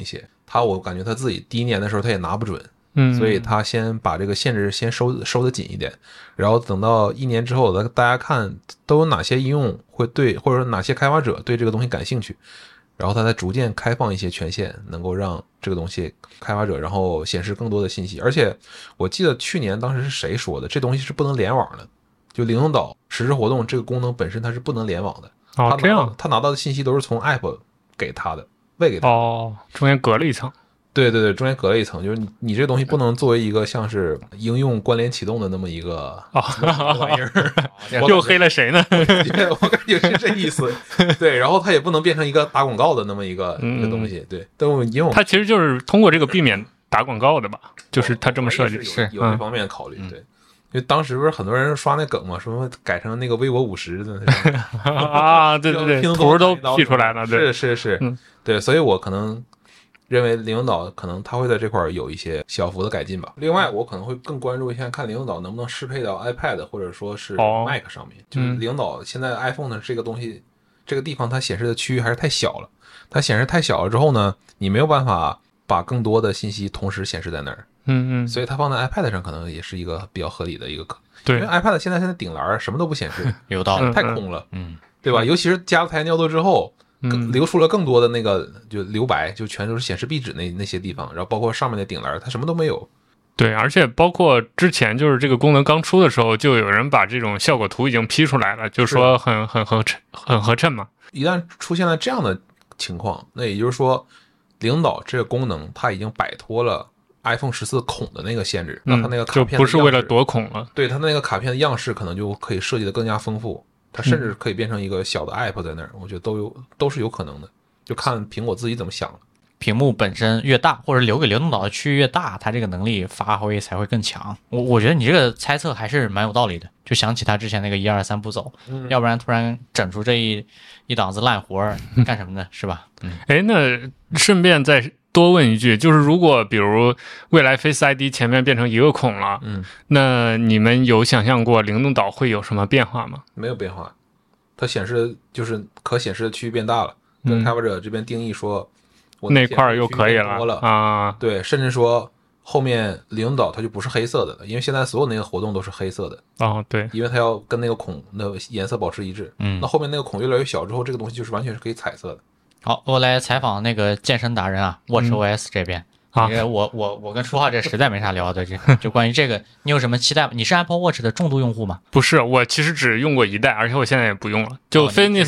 我感觉他自己第一年的时候他也拿不准，所以他先把这个限制先收得紧一点，然后等到1年之后，大家看都有哪些应用会对，或者说哪些开发者对这个东西感兴趣，然后他再逐渐开放一些权限，能够让这个东西开发者然后显示更多的信息。而且我记得去年当时是谁说的，这东西是不能联网的，就灵动岛实时活动这个功能本身它是不能联网的。 这样他拿到的信息都是从 App 给他的，喂给他的。 中间隔了一层。 对，中间隔了一层，就是你这个东西不能作为一个像是应用关联启动的那么一个玩意儿， 又黑了谁呢？ 我感觉是这意思。对，然后它也不能变成一个打广告的那么一个东西。对，但因为它其实就是通过这个避免打广告的吧，就是它这么设计是有这方面考虑。对，因为当时不是很多人刷那梗嘛，说改成那个微博50的啊，对，图都 P 出来了，对， 是，对，所以我可能认为灵动岛可能它会在这块有一些小幅的改进吧。另外，我可能会更关注一下，看灵动岛能不能适配到 iPad 或者说是 Mac 上面。就是灵动岛现在 iPhone 的这个东西，这个地方它显示的区域还是太小了。它显示太小了之后呢，你没有办法把更多的信息同时显示在那儿。所以它放在 iPad 上可能也是一个比较合理的一个对， 因为 iPad 现在顶栏什么都不显示， 有道理， 太空了，对吧？尤其是加了台尿斗之后。留出了更多的那个就留白，就全都是显示壁纸那些地方，然后包括上面的顶栏，它什么都没有。 对，而且包括之前就是这个功能刚出的时候，就有人把这种效果图已经 P 出来了，就说很合衬嘛。 一旦出现了这样的情况，那也就是说，灵动岛这个功能它已经摆脱了 iPhone 14孔的那个限制，那它那个卡片就不是为了躲孔了。 对，它那个卡片的样式可能就可以设计的更加丰富。它甚至可以变成一个小的 app 在那儿，我觉得都是有可能的，就看苹果自己怎么想了。 屏幕本身越大，或者留给灵动岛的区域越大，它这个能力发挥才会更强。我觉得你这个猜测还是蛮有道理的，就想起他之前那个1、2、3步走，要不然突然整出这一档子烂活干什么呢？是吧？ 那顺便再多问一句，就是如果比如未来 Face ID 前面变成一个孔了，那你们有想象过灵动岛会有什么变化吗？ 没有变化，它显示就是可显示的区域变大了，跟开发者这边定义说，我那块又可以了啊。 对，甚至说后面灵动岛它就不是黑色的了，因为现在所有那个活动都是黑色的。 对， 因为它要跟那个孔的颜色保持一致。那后面那个孔越来越小之后，这个东西就是完全是可以彩色的。 好，我来采访那个健身达人啊，WatchOS 这边。我跟说话这实在没啥聊的，就关于这个，你有什么期待吗？你是 Apple Watch 的重度用户吗？ 不是，我其实只用过1代，而且我现在也不用了。就 Fitness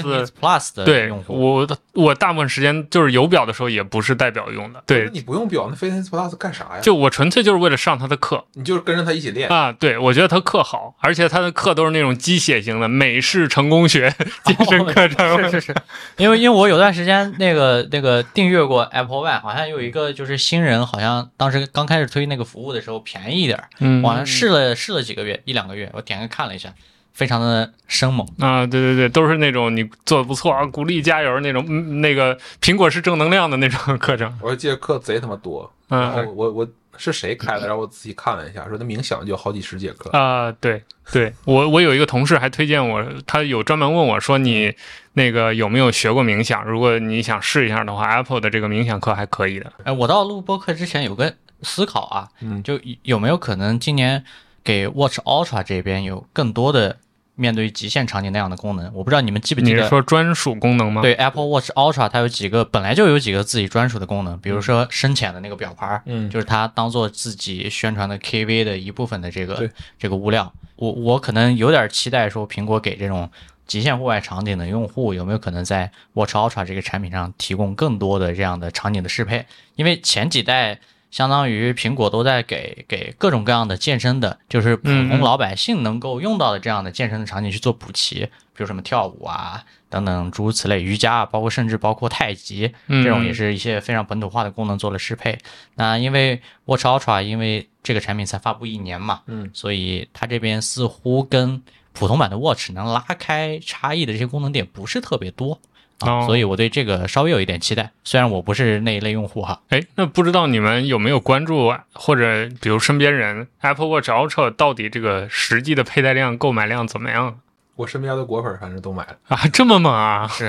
Plus 的用户。 对，我大部分时间就是有表的时候也不是带表用的。对， 你不用表，那 Fitness Plus 干啥呀？ 就我纯粹就是为了上他的课， 你就是跟着他一起练啊。对，我觉得他课好，而且他的课都是那种机械型的美式成功学健身课程。 是，因为我有段时间那个订阅过 Apple One， 好像有一个就是新人好像。当时刚开始推那个服务的时候便宜一点，我好像试了几个月，1、2个月，我点开看了一下，非常的生猛啊！对，都是那种你做的不错啊，鼓励加油那种，那个苹果是正能量的那种课程。 我记得课贼他妈多，然后我是谁开的？然后我仔细看了一下，说他冥想就好几十节课啊！对，我有一个同事还推荐我，他有专门问我说你那个有没有学过冥想？如果你想试一下的话 ，Apple 的这个冥想课还可以的。 我到录播课之前有个思考啊，就有没有可能今年给 Watch Ultra 这边有更多的面对极限场景那样的功能？我不知道你们记不记得？ 你是说专属功能吗？ 对 ，Apple Watch Ultra 它本来就有几个自己专属的功能，比如说深浅的那个表盘，就是它当做自己宣传的 KV 的一部分的这个物料。我可能有点期待说，苹果给这种极限户外场景的用户有没有可能在 Watch Ultra 这个产品上提供更多的这样的场景的适配？因为前几代相当于苹果都在给各种各样的健身的，就是普通老百姓能够用到的这样的健身的场景去做补齐，比如什么跳舞啊等等诸如此类，瑜伽啊，甚至包括太极这种也是一些非常本土化的功能做了适配。那因为 Watch Ultra 因为这个产品才发布1年嘛，所以它这边似乎跟普通版的 Watch 能拉开差异的这些功能点不是特别多。所以我对这个稍微有一点期待，虽然我不是那一类用户哈。 那不知道你们有没有关注，或者比如身边人 Apple Watch Ultra 到底这个实际的佩戴量、购买量怎么样？ 我身边的果粉反正都买了啊，这么猛啊！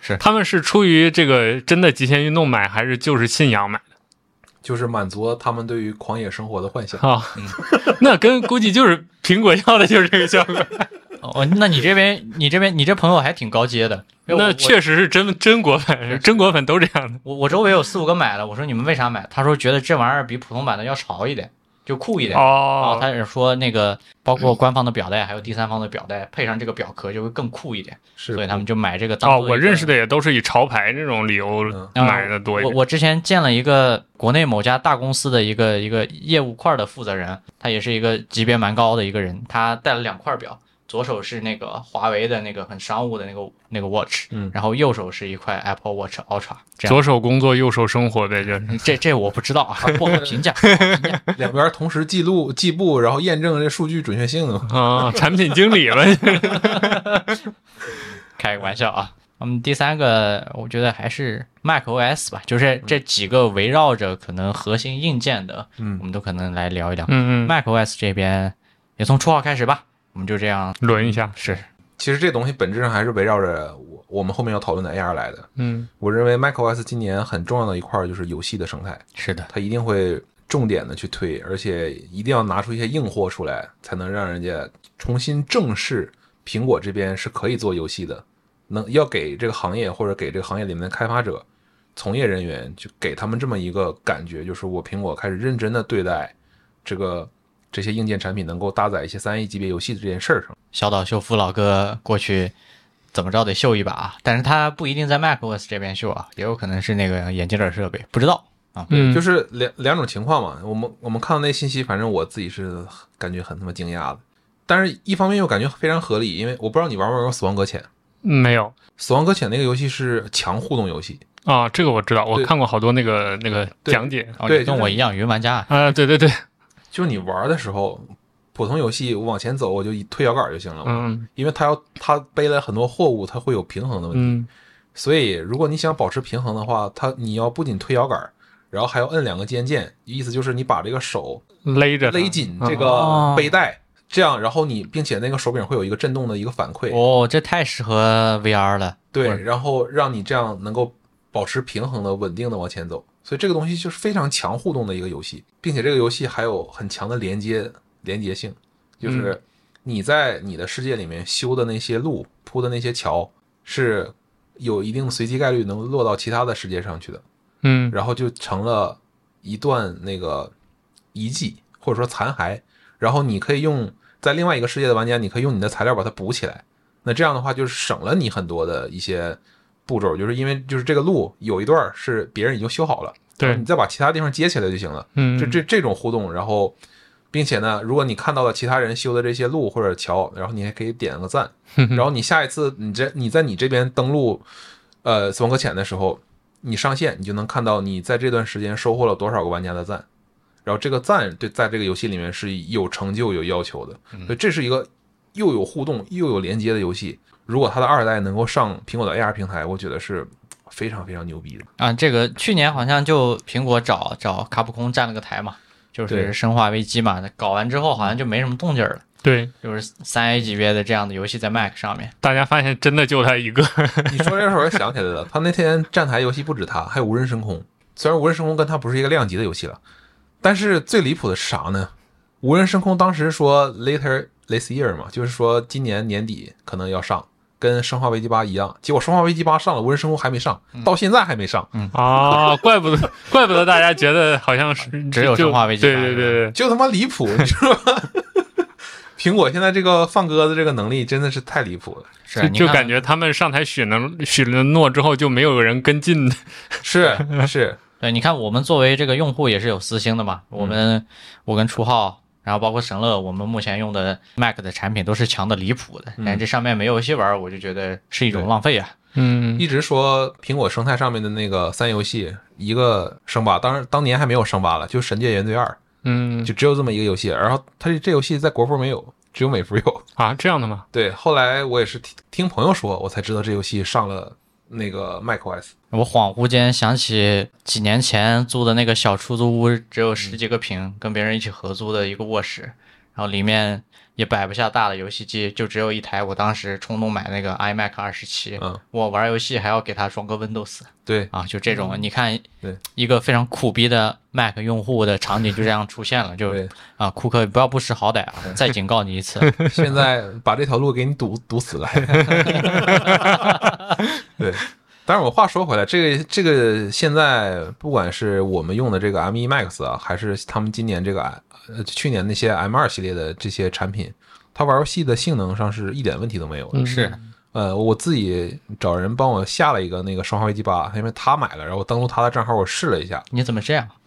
是他们是出于这个真的极限运动买，还是就是信仰买的？ 就是满足他们对于狂野生活的幻想啊。那估计就是苹果要的就是这个效果。 哦，那你这朋友还挺高阶的。 那确实是真果粉，真果粉都这样的。 我周围有4、5个买了，我说你们为啥买？他说觉得这玩意儿比普通版的要潮一点，就酷一点。 哦， 他是说那个包括官方的表带，还有第三方的表带，配上这个表壳就会更酷一点。所以他们就买这个当做。 我认识的也都是以潮牌这种理由买的多一点。 我之前见了一个国内某家大公司的一个业务块的负责人，他也是一个级别蛮高的一个人，他带了2块表。左手是那个华为的那个很商务的那个 watch，然后右手是一块 Apple Watch Ultra， 左手工作右手生活呗，就是这我不知道啊，不好评价。 两边同时记录计步，然后验证这数据准确性啊，产品经理了。 开个玩笑啊。第3个我觉得还是 macOS 吧，就是这几个围绕着可能核心硬件的，我们都可能来聊一聊。macOS 这边也从初号开始吧。我们就这样轮一下。 是， 其实这东西本质上还是围绕着我们后面要讨论的 AR 来的。我认为 macOS 今年很重要的一块就是游戏的生态。 是的， 它一定会重点的去推，而且一定要拿出一些硬货出来，才能让人家重新正视苹果这边是可以做游戏的，要给这个行业或者给这个行业里面的开发者、从业人员，就给他们这么一个感觉，就是我苹果开始认真的对待这些硬件产品能够搭载一些3A 级别游戏的这件事儿上。 小岛秀夫老哥过去怎么着得秀一把啊，但是他不一定在 macOS 这边秀啊，也有可能是那个眼镜耳设备，不知道啊。 就是两种情况嘛。我们看到那信息，反正我自己是感觉很他妈惊讶的，但是一方面又感觉非常合理，因为我不知道你玩没玩过《死亡搁浅》。 没有。 死亡搁浅那个游戏是强互动游戏啊，这个我知道，我看过好多那个讲解。 对， 跟我一样云玩家啊。对对对。 就是你玩的时候，普通游戏我往前走，我就推摇杆就行了嘛。因为它背了很多货物，它会有平衡的问题。所以如果你想保持平衡的话，你要不仅推摇杆，然后还要摁2个肩键，意思就是你把这个手勒紧这个背带，这样，然后并且那个手柄会有一个震动的一个反馈。 哦，这太适合 VR 了。 对，然后让你这样能够保持平衡的、稳定的往前走。所以这个东西就是非常强互动的一个游戏，并且这个游戏还有很强的连接性，就是你在你的世界里面修的那些路、铺的那些桥是有一定的随机概率能落到其他的世界上去的。然后就成了一段那个遗迹或者说残骸，然后你可以在另外一个世界的玩家，你可以用你的材料把它补起来。那这样的话就是省了你很多的一些步骤，就是因为就是这个路有一段是别人已经修好了， 对， 你再把其他地方接起来就行了。这种互动，然后并且呢，如果你看到了其他人修的这些路或者桥，然后你还可以点个赞，然后你下一次你在你这边登录死亡搁浅的时候，你上线你就能看到你在这段时间收获了多少个玩家的赞，然后这个赞对在这个游戏里面是有成就有要求的，所以这是一个又有互动又有连接的游戏。如果它的2代能够上苹果的 AR 平台，我觉得是非常非常牛逼的啊！这个去年好像就苹果找卡普空站了个台嘛，就是生化危机嘛，搞完之后好像就没什么动静了。 对， 就是3A 级别的这样的游戏在 Mac 上面， 大家发现真的就他一个。 你说这时候我想起来了，他那天站台游戏不止他，还有无人升空。虽然无人升空跟他不是一个量级的游戏了，但是最离谱的是啥呢？无人升空当时说 later this year 嘛，就是说今年年底可能要上。跟生化危机8一样，结果生化危机8上了，无人升空还没上，到现在还没上。 怪不得大家觉得好像是只有生化危机 8。对， 就他妈离谱，你说苹果现在这个放鸽子这个能力真的是太离谱了。 就感觉他们上台许了诺之后就没有人跟进。 是， 对，你看我们作为这个用户也是有私心的嘛，我跟初号。然后包括神乐，我们目前用的 Mac 的产品都是强的离谱的，但这上面没有游戏玩，我就觉得是一种浪费啊。 一直说苹果生态上面的那个3游戏，一个生8，当年还没有生8了，就《神界原罪2》，就只有这么一个游戏，然后它这游戏在国服没有，只有美服有啊，这样的吗？ 对，后来我也是听朋友说，我才知道这游戏上了那个 macOS。 我恍惚间想起几年前租的那个小出租屋，只有10几个平，跟别人一起合租的一个卧室， 然后里面也摆不下大的游戏机，就只有一台。我当时冲动买那个 iMac 27，我玩游戏还要给它装个 Windows。 对啊，就这种，你看， 对一个非常苦逼的 Mac 用户的场景就这样出现了，就啊，库克不要不识好歹啊！再警告你一次， 现在把这条路给你堵死了。对。但是我话说回来，这个现在不管是我们用的这个 M1 Max 啊，还是他们今年这个去年那些 M2 系列的这些产品，它玩游戏的性能上是一点问题都没有的。 是， 我自己找人帮我下了一个那个《生化危机8》，因为他买了，然后我登录他的账号，我试了一下。 你怎么这样？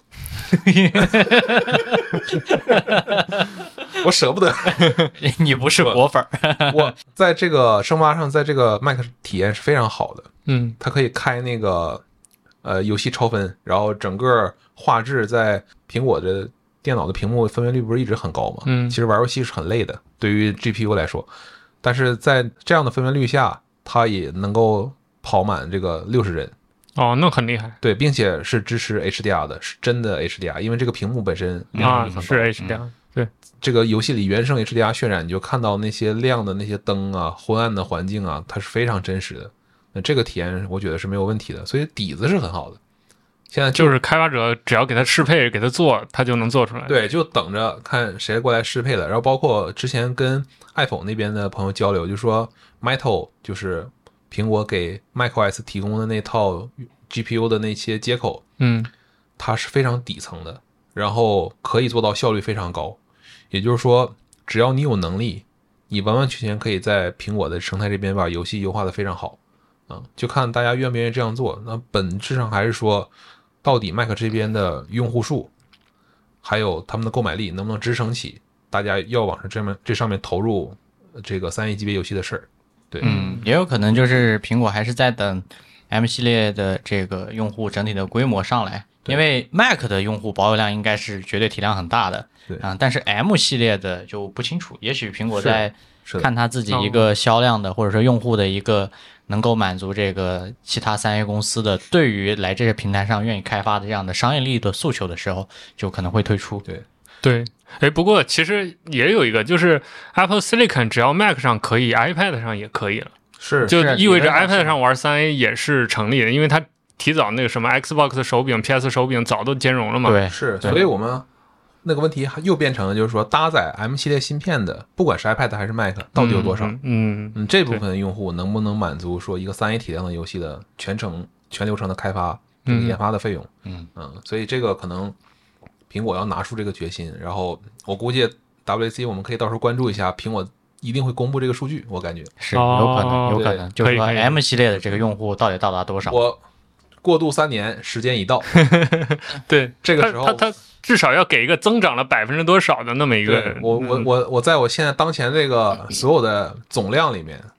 我舍不得。 你不是果粉我在这个生发上，在这个 Mac 体验是非常好的。它可以开那个游戏超分，然后整个画质在苹果的电脑的屏幕分辨率不是一直很高吗？其实玩游戏是很累的，对于 GPU 来说。但是在这样的分辨率下，它也能够跑满这个60帧。 哦，那很厉害。 对，并且是支持 HDR 的，是真的 HDR， 因为这个屏幕本身亮度很高。 是 HDR。对， 这个游戏里原生 HDR 渲染，你就看到那些亮的那些灯啊、昏暗的环境啊，它是非常真实的。那这个体验我觉得是没有问题的，所以底子是很好的。现在就是开发者只要给他适配、给他做，他就能做出来。 对，就等着看谁过来适配了。然后包括之前跟爱否那边的朋友交流，就说 Metal 就是苹果给 macOS 提供的那套 GPU 的那些接口，它是非常底层的，然后可以做到效率非常高。也就是说，只要你有能力，你完完全全可以在苹果的生态这边把游戏优化的非常好。就看大家愿不愿意这样做。那本质上还是说，到底 Mac 这边的用户数，还有他们的购买力能不能支撑起大家要往这上面投入这个3A级别游戏的事儿。对， 也有可能就是苹果还是在等 M 系列的这个用户整体的规模上来，因为 Mac 的用户保有量应该是绝对体量很大的， 对但是 M 系列的就不清楚，也许苹果在是看他自己一个销量的或者说用户的一个能够满足这个其他3A 公司的对于来这些平台上愿意开发的这样的商业利益的诉求的时候，就可能会推出。 对，不过其实也有一个，就是 Apple Silicon 只要 Mac 上可以 ，iPad 上也可以了，就意味着 iPad 上玩3A 也是成立的，因为它提早那个什么 Xbox 手柄、PS 手柄早都兼容了嘛。 对， 是，所以我们那个问题又变成了，就是说搭载 M 系列芯片的，不管是 iPad 还是 Mac， 到底有多少？这部分用户能不能满足说一个3A 体量的游戏的全流程的开发、研发的费用？所以这个可能苹果要拿出这个决心，然后我估计 WC 我们可以到时候关注一下，苹果一定会公布这个数据，我感觉是有可能，就是说 M 系列的这个用户到底到达多少？ 我过渡3年，时间已到。 对， 这个时候他至少要给一个增长了%多少的那么一个。 我在我现在当前这个所有的总量里面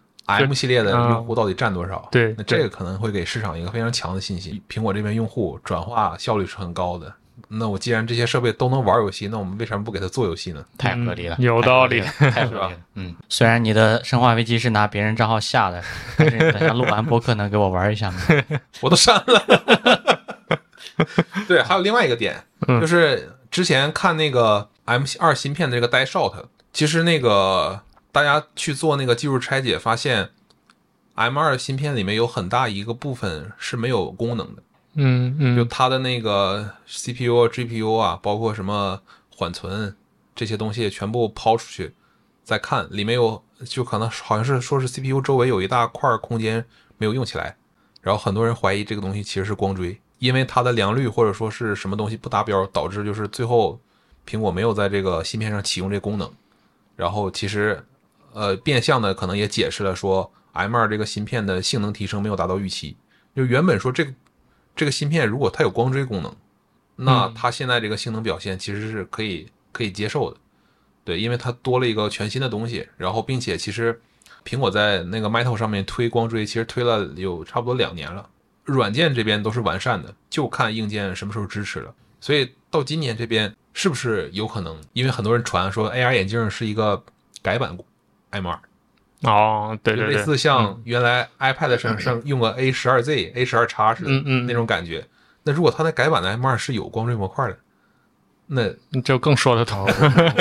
，M 系列的用户到底占多少？ 对， 那这个可能会给市场一个非常强的信息。苹果这边用户转化效率是很高的。那我既然这些设备都能玩游戏，那我们为什么不给它做游戏呢？ 太合理了， 有道理， 太合理了。虽然你的生化危机是拿别人账号下的，但是等下录完播客能给我玩一下吗？ 我都删了。对，还有另外一个点，就是之前看那个 M2 芯片的这个 Die Shot， 其实那个大家去做那个技术拆解，发现 M2 芯片里面有很大一个部分是没有功能的。就它的那个 CPU、GPU 啊，包括什么缓存这些东西全部抛出去，再看里面有，就可能好像是说是 CPU 周围有一大块空间没有用起来，然后很多人怀疑这个东西其实是光追，因为它的良率或者说是什么东西不达标，导致就是最后苹果没有在这个芯片上启用这个功能，然后其实变相的可能也解释了说 M2 这个芯片的性能提升没有达到预期，就原本说这个芯片如果它有光追功能，那它现在这个性能表现其实是可以接受的。对，因为它多了一个全新的东西，然后并且其实苹果在那个 Metal 上面推光追，其实推了有差不多2年了，软件这边都是完善的，就看硬件什么时候支持了。所以到今年这边是不是有可能，因为很多人传说 AR 眼镜是一个改版 M2。 对， 类似像原来 iPad 上用个 A12Z、A12X 似的那种感觉。那如果它那改版的 M2 是有光追模块的， 那就更说得通。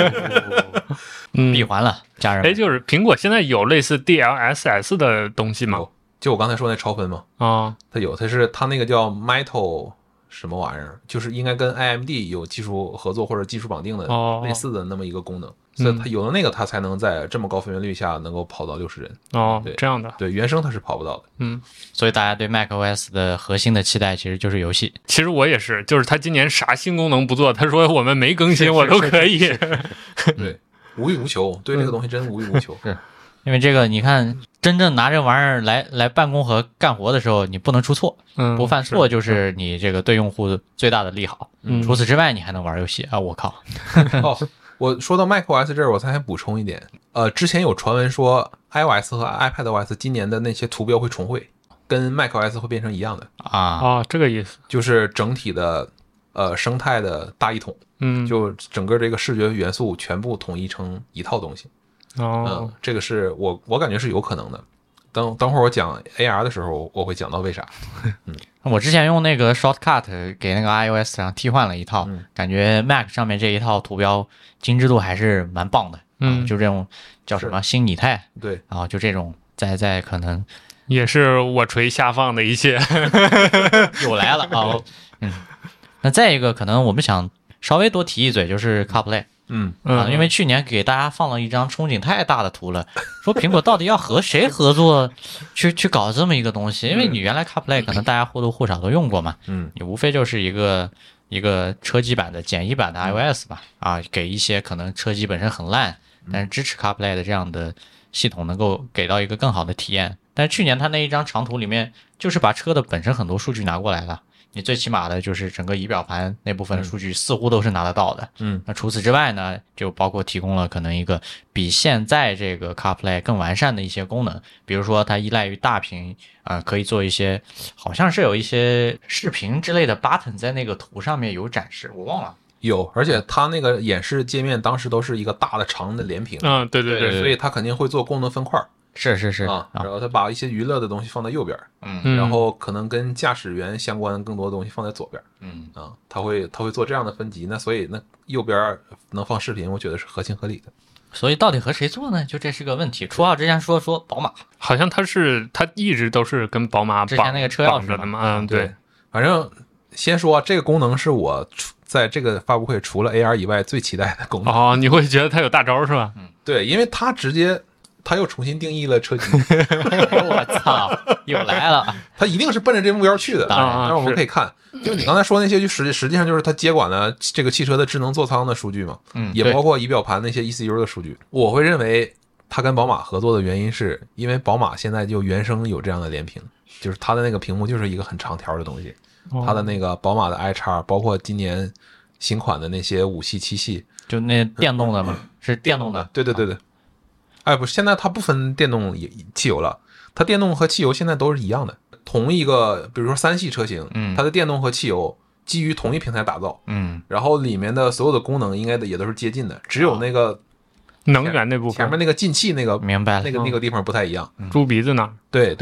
闭环了，家人。 就是苹果现在有类似 DLSS 的东西吗？ 就我刚才说那超分嘛，它那个叫 Metal 什么玩意儿，就是应该跟 AMD 有技术合作或者技术绑定的类似的那么一个功能，所以它有了那个，它才能在这么高分辨率下能够跑到60帧。 这样的。 对，原生它是跑不到的。 所以大家对 macOS 的核心的期待其实就是游戏。 其实我也是，就是它今年啥新功能不做，他说我们没更新，我都可以。 对，无欲无求，对这个东西真无欲无求。 是。因为这个，你看，真正拿这玩意儿来办公和干活的时候，你不能出错，不犯错就是你这个对用户最大的利好。除此之外，你还能玩游戏啊！我靠！ 我说到 macOS 这儿，我才补充一点，之前有传闻说 iOS 和 iPadOS 今年的那些图标会重绘，跟 macOS 会变成一样的这个意思， 就是整体的生态的大一统，就整个这个视觉元素全部统一成一套东西。这个是我感觉是有可能的。等会儿我讲 AR 的时候，我会讲到为啥。 我之前用那个 Shortcut 给那个 iOS 上替换了一套，感觉 Mac 上面这一套图标精致度还是蛮棒的。就这种叫什么新拟态， 对， 然后就这种在可能也是我锤下放的一些又来了啊。那再一个可能我们想稍微多提一嘴就是 CarPlay。因为去年给大家放了一张憧憬太大的图了，说苹果到底要和谁合作去搞这么一个东西？因为你原来 CarPlay 可能大家或多或少都用过嘛，你无非就是一个车机版的简易版的 iOS 吧，给一些可能车机本身很烂，但是支持 CarPlay 的这样的系统能够给到一个更好的体验。但是去年它那一张长图里面就是把车的本身很多数据拿过来了。你最起码的就是整个仪表盘那部分的数据似乎都是拿得到的。那除此之外呢，就包括提供了可能一个比现在这个 CarPlay 更完善的一些功能，比如说它依赖于大屏可以做一些，好像是有一些视频之类的 button 在那个图上面有展示，我忘了。 有，而且它那个演示界面当时都是一个大的长的连屏。 对， 所以它肯定会做功能分块。 是然后他把一些娱乐的东西放在右边，然后可能跟驾驶员相关更多的东西放在左边，他会做这样的分级，那所以那右边能放视频，我觉得是合情合理的。 所以到底和谁做呢？就这是个问题。初号之前说宝马， 好像他一直都是跟宝马之前那个车钥匙的嘛，对， 反正先说这个功能是我在这个发布会除了 AR 以外最期待的功能。 你会觉得它有大招是吧？ 对，因为它直接。他又重新定义了车机， 我操，又来了！ 他一定是奔着这目标去的。但是我们可以看，就你刚才说那些，就实际上就是他接管了这个汽车的智能座舱的数据嘛，也包括仪表盘那些 ECU 的数据。我会认为他跟宝马合作的原因是因为宝马现在就原生有这样的连屏，就是它的那个屏幕就是一个很长条的东西，它的那个宝马的 iX， 包括今年新款的那些5系、7系， 就那电动的嘛，是电动的。 对。不是，现在它不分电动汽油了，它电动和汽油现在都是一样的。同一个，比如说3系车型，它的电动和汽油基于同一平台打造，然后里面的所有的功能应该也都是接近的，只有那个能源那部分前面那个进气那个， 明白了， 那个地方不太一样。 猪鼻子呢？ 对。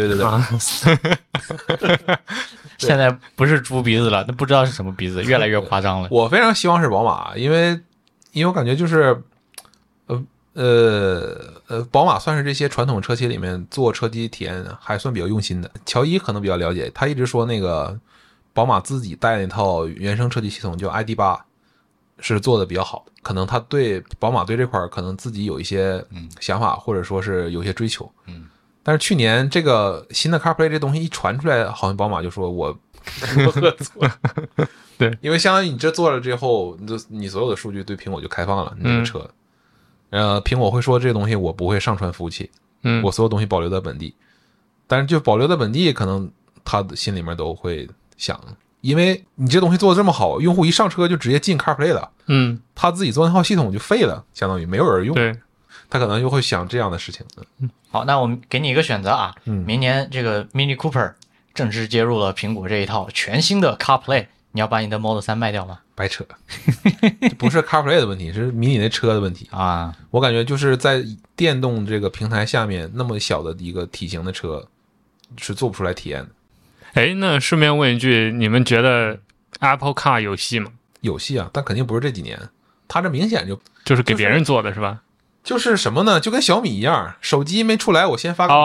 现在不是猪鼻子了，那不知道是什么鼻子，越来越夸张了。 我非常希望是宝马，因为我感觉就是宝马算是这些传统车企里面做车机体验还算比较用心的。乔伊可能比较了解，他一直说那个宝马自己带那套原生车机系统叫 ID.8 是做的比较好的，可能他对宝马对这块可能自己有一些想法，或者说是有一些追求。但是去年这个新的 CarPlay 这东西一传出来，好像宝马就说我不合作。 对， 因为相当于你这做了之后，你所有的数据对苹果就开放了，你这个车。苹果会说这个东西我不会上传服务器，我所有东西保留在本地，但是就保留在本地，可能他心里面都会想，因为你这东西做的这么好，用户一上车就直接进 CarPlay 了，他自己做那套系统就废了，相当于没有人用， 对， 他可能就会想这样的事情。 好，那我们给你一个选择啊，明年这个 Mini Cooper 正式接入了苹果这一套全新的 CarPlay， 你要把你的 Model 3卖掉吗？ 白扯，不是 CarPlay 的问题，是迷你那车的问题啊！ 我感觉就是在电动这个平台下面，那么小的一个体型的车是做不出来体验的。 那顺便问一句，你们觉得 Apple Car 有戏吗？ 有戏啊，但肯定不是这几年。它这明显就是给别人做的是吧？ 就是什么呢？就跟小米一样，手机没出来，我先发个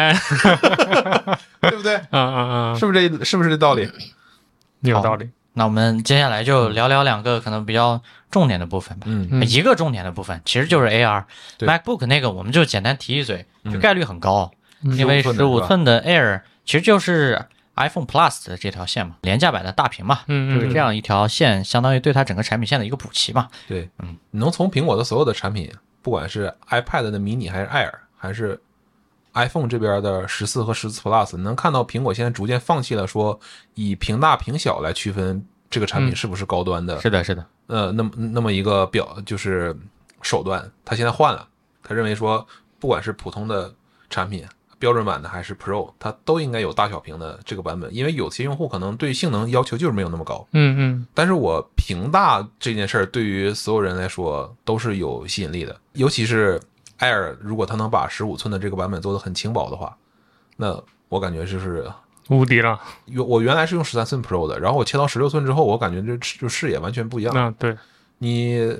MIUI， 对不对？是不是这道理？ 有道理。 那我们接下来就聊聊两个可能比较重点的部分吧。一个重点的部分其实就是 AR。MacBook 那个我们就简单提一嘴，就概率很高，因为15寸的 Air 其实就是 iPhone Plus 的这条线嘛，廉价版的大屏嘛，就是这样一条线，相当于对它整个产品线的一个补齐嘛。 对，你能从苹果的所有的产品，不管是 iPad 的 mini 还是 Air， 还是 iPhone 这边的14和14 Plus， 能看到苹果现在逐渐放弃了说以屏大屏小来区分这个产品是不是高端的。 是的。 那么一个就是手段，他现在换了，他认为说不管是普通的产品，标准版的还是 Pro， 它都应该有大小屏的这个版本，因为有些用户可能对性能要求就是没有那么高。但是我屏大这件事儿对于所有人来说都是有吸引力的，尤其是 Air， 如果它能把15寸的这个版本做得很轻薄的话，那我感觉就是无敌了。 我原来是用13寸 Pro 的，然后我切到16寸之后，我感觉就视野完全不一样。 对， 你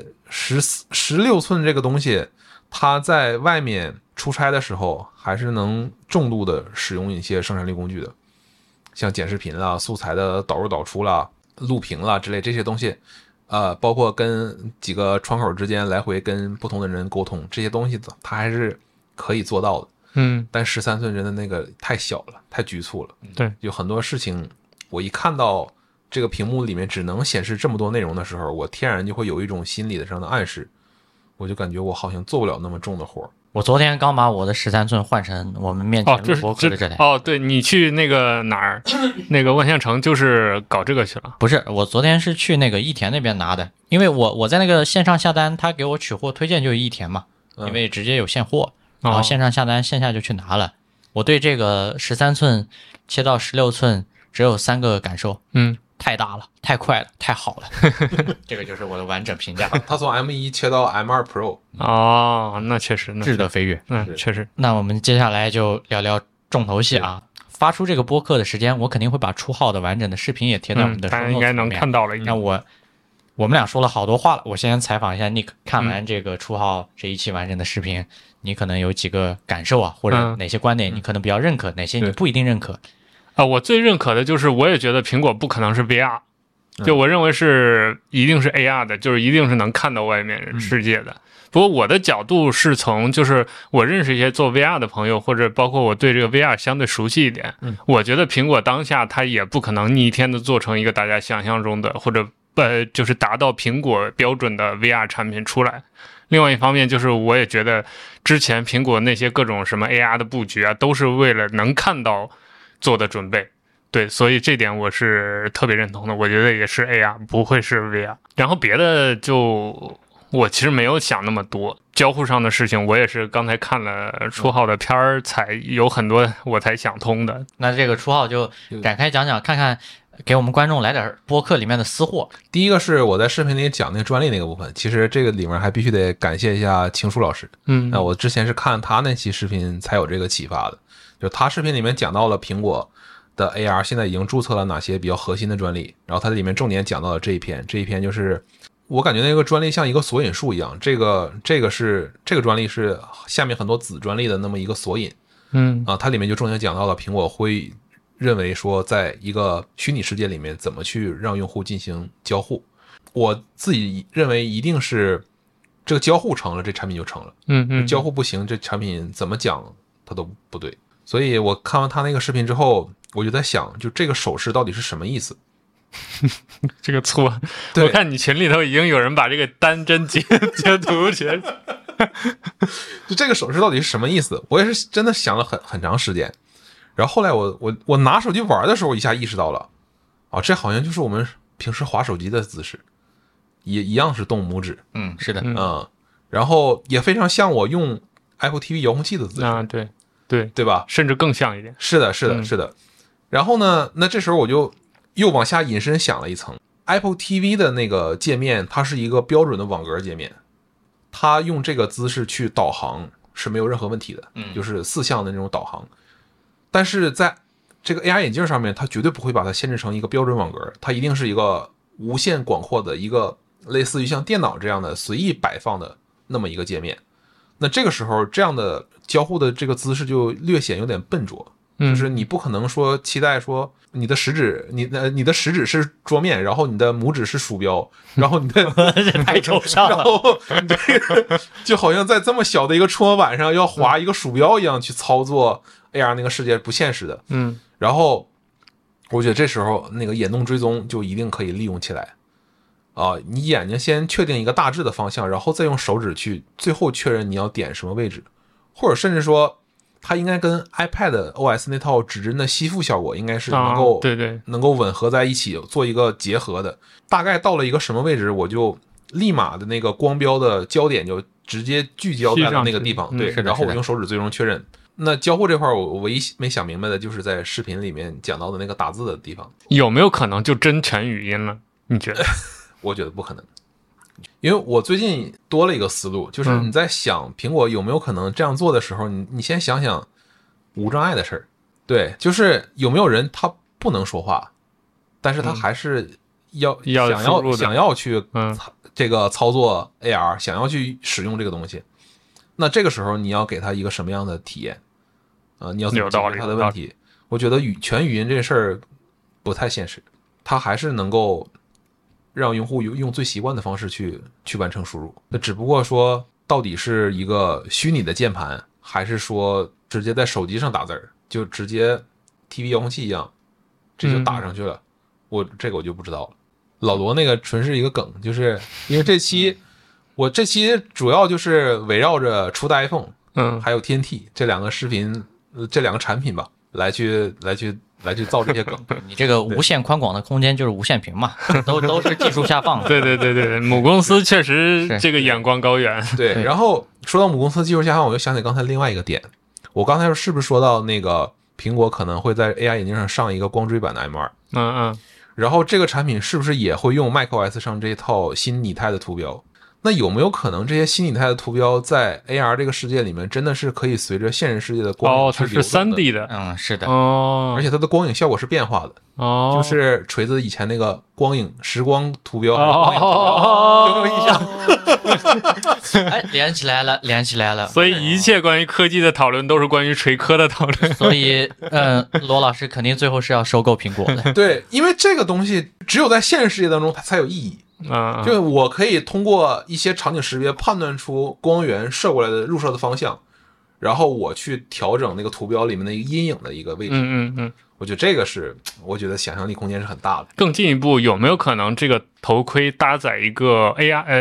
16寸这个东西，它在外面出差的时候还是能重度的使用一些生产力工具的，像剪视频啦、素材的导入导出啦、录屏啦之类这些东西，包括跟几个窗口之间来回跟不同的人沟通，这些东西它还是可以做到的。但13寸真的那个太小了，太局促了。 对， 有很多事情，我一看到这个屏幕里面只能显示这么多内容的时候，我天然就会有一种心理上的暗示，我就感觉我好像做不了那么重的活。 我昨天刚把我的13寸换成我们面前录播客的这台。 对，你去那个哪儿，那个万象城就是搞这个去了。 不是，我昨天是去那个益田那边拿的，因为我在那个线上下单，他给我取货推荐就是益田嘛，因为直接有现货。然后线上下单，线下就去拿了。我对这个13寸切到16寸只有3个感受，太大了，太快了，太好了，这个就是我的完整评价。 他从 M1 切到 M2 Pro， 那确实， 质的飞跃， 确实。 那我们接下来就聊聊重头戏啊。发出这个播客的时间，我肯定会把出号的完整的视频也贴在我们的大家应该能看到了。 那我们俩说了好多话了，我先采访一下 Nick， 看完这个出号这一期完整的视频，你可能有几个感受啊，或者哪些观点你可能比较认可，哪些你不一定认可？ 我最认可的就是，我也觉得苹果不可能是 VR，就我认为是一定是 AR 的，就是一定是能看到外面世界的。不过我的角度是从，就是我认识一些做 VR 的朋友，或者包括我对这个 VR 相对熟悉一点，我觉得苹果当下它也不可能逆天的做成一个大家想象中的，或者就是达到苹果标准的 VR 产品出来。另外一方面就是我也觉得之前苹果那些各种什么 AR 的布局啊，都是为了能看到做的准备。对，所以这点我是特别认同的，我觉得也是 AR， 不会是 VR。然后别的就我其实没有想那么多，交互上的事情我也是刚才看了出号的片儿，才有很多我才想通的。 那这个出号就展开讲讲，看看给我们观众来点播客里面的私货。 第一个是我在视频里讲那个专利那个部分，其实这个里面还必须得感谢一下情书老师。我之前是看他那期视频才有这个启发的，就他视频里面讲到了苹果的 AR 现在已经注册了哪些比较核心的专利，然后他里面重点讲到了这一篇就是我感觉那个专利像一个索引树一样，这个专利是下面很多子专利的那么一个索引。它里面就重点讲到了苹果会认为说在一个虚拟世界里面怎么去让用户进行交互。我自己认为一定是这个交互成了，这产品就成了。交互不行，这产品怎么讲它都不对。所以我看完他那个视频之后，我就在想，就这个手势到底是什么意思？ 这个错，我看你群里头已经有人把这个单帧截图起来。 就这个手势到底是什么意思？我也是真的想了很长时间。然后后来我拿手机玩的时候，一下意识到了，这好像就是我们平时滑手机的姿势，也一样是动拇指。 是的。 然后也非常像我用 Apple TV 遥控器的姿势。对吧？ 甚至更像一点。 是的。然后呢，那这时候我就又往下引申想了一层 ，Apple TV 的那个界面，它是一个标准的网格界面，它用这个姿势去导航是没有任何问题的，就是4项的那种导航。但是在这个 AR 眼镜上面，它绝对不会把它限制成一个标准网格，它一定是一个无限广阔的一个类似于像电脑这样的随意摆放的那么一个界面。那这个时候这样的交互的这个姿势就略显有点笨拙，就是你不可能说期待说你的食指，你的食指是桌面，然后你的拇指是鼠标，然后你的太抽象了， 然后你这个就好像在这么小的一个触摸板上要划一个鼠标一样去操作 AR 那个世界，不现实的。然后我觉得这时候那个眼动追踪就一定可以利用起来啊！你眼睛先确定一个大致的方向，然后再用手指去最后确认你要点什么位置，或者甚至说它应该跟 iPad OS 那套指针的吸附效果应该是能够、 对能够吻合在一起做一个结合的。大概到了一个什么位置，我就立马的那个光标的焦点就直接聚焦在了那个地方，对，然后我用手指最终确认。那交互这块我唯一没想明白的就是在视频里面讲到的那个打字的地方， 有没有可能就真全语音了？你觉得？ 我觉得不可能，因为我最近多了一个思路，就是你在想苹果有没有可能这样做的时候，你先想想无障碍的事儿。对，就是有没有人他不能说话，但是他还是想要去这个操作 AR， 想要去使用这个东西。那这个时候你要给他一个什么样的体验你要怎么解决他的问题？我觉得全语音这事儿不太现实，它还是能够让用户用最习惯的方式去完成输入。那只不过说到底是一个虚拟的键盘，还是说直接在手机上打字儿，就直接 TV 遥控器一样，这就打上去了。这个我就不知道了。老罗那个纯是一个梗，就是因为这期主要就是围绕着初代 iPhone， 还有 TNT 这两个视频，这两个产品吧，来去造这些梗。 你这个无限宽广的空间就是无限屏嘛，都是技术下放的。 对，母公司确实这个眼光高远。 对，然后说到母公司技术下放，我就想起刚才另外一个点，我刚才是不是说到那个苹果可能会在 AR 眼镜上上一个光追版的 M2？然后这个产品是不是也会用 macOS 上这套新拟态的图标？那有没有可能这些新拟态的图标在 AR 这个世界里面真的是可以随着现实世界的光影它是 3D 的， 是的， 而且它的光影效果是变化的，就是锤子以前那个光影时光图标，有没有印象？ 哎，连起来了。 所以一切关于科技的讨论都是关于锤科的讨论。 所以，罗老师肯定最后是要收购苹果的。 对，因为这个东西只有在现实世界当中它才有意义。就我可以通过一些场景识别判断出光源射过来的入射的方向，然后我去调整那个图标里面的一个阴影的一个位置。我觉得这个是，我觉得想象力空间是很大的。 更进一步，有没有可能这个头盔搭载一个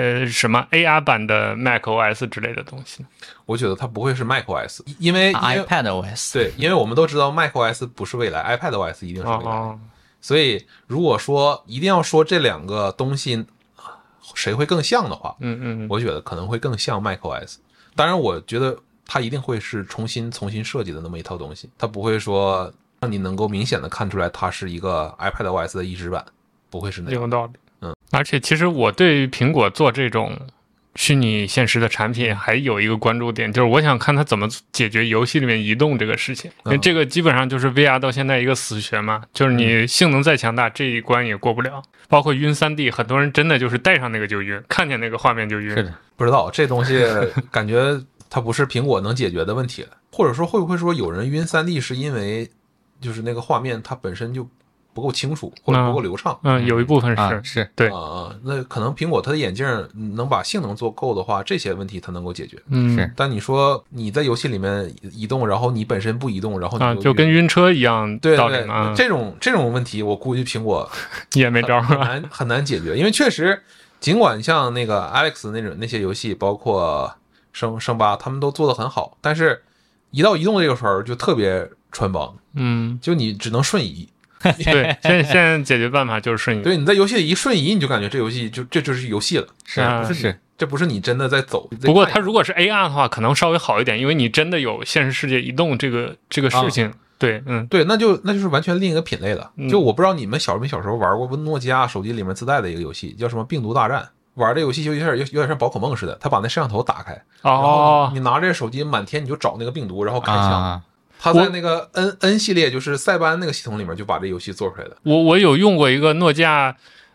AR 版的 macOS 之类的东西？ 我觉得它不会是 macOS， 因为 iPadOS。 对，因为我们都知道 macOS 不是未来 ，iPadOS 一定是未来。所以如果说一定要说这两个东西谁会更像的话，我觉得可能会更像 macOS。当然，我觉得它一定会是重新设计的那么一套东西，它不会说让你能够明显的看出来它是一个 iPadOS 的移植版，不会是那样。 有道理。而且其实我对于苹果做这种虚拟现实的产品还有一个关注点，就是我想看它怎么解决游戏里面移动这个事情，因为这个基本上就是 VR 到现在一个死穴嘛，就是你性能再强大，这一关也过不了。包括晕 3D， 很多人真的就是带上那个就晕，看见那个画面就晕。 是的， 不知道这东西感觉它不是苹果能解决的问题了，或者说会不会说有人晕 3D 是因为就是那个画面它本身就不够清楚或者不够流畅？ 有一部分是对那可能苹果它的眼镜能把性能做够的话，这些问题它能够解决。 是。 但你说你在游戏里面移动，然后你本身不移动，然后你就跟晕车一样道理嘛。这种问题，我估计苹果也没招， 很难解决。因为确实，尽管像那个 Alex 那些游戏，包括生8，他们都做得很好，但是一到移动这个时候就特别穿帮。就你只能瞬移。 对，现在解决办法就是瞬移。 对，你在游戏里一瞬移，你就感觉这游戏这就是游戏了。 是， 这不是你真的在走。 不过它如果是 AR 的话，可能稍微好一点，因为你真的有现实世界移动这个事情。对， 对，那就是完全另一个品类了。就我不知道你们小时候玩过诺基亚手机里面自带的一个游戏，叫什么《病毒大战》。玩这游戏就有点像宝可梦似的，他把那摄像头打开，然后你拿着手机满天你就找那个病毒，然后开枪。他在那个 N 系列，就是塞班那个系统里面就把这游戏做出来的。 我有用过一个诺基亚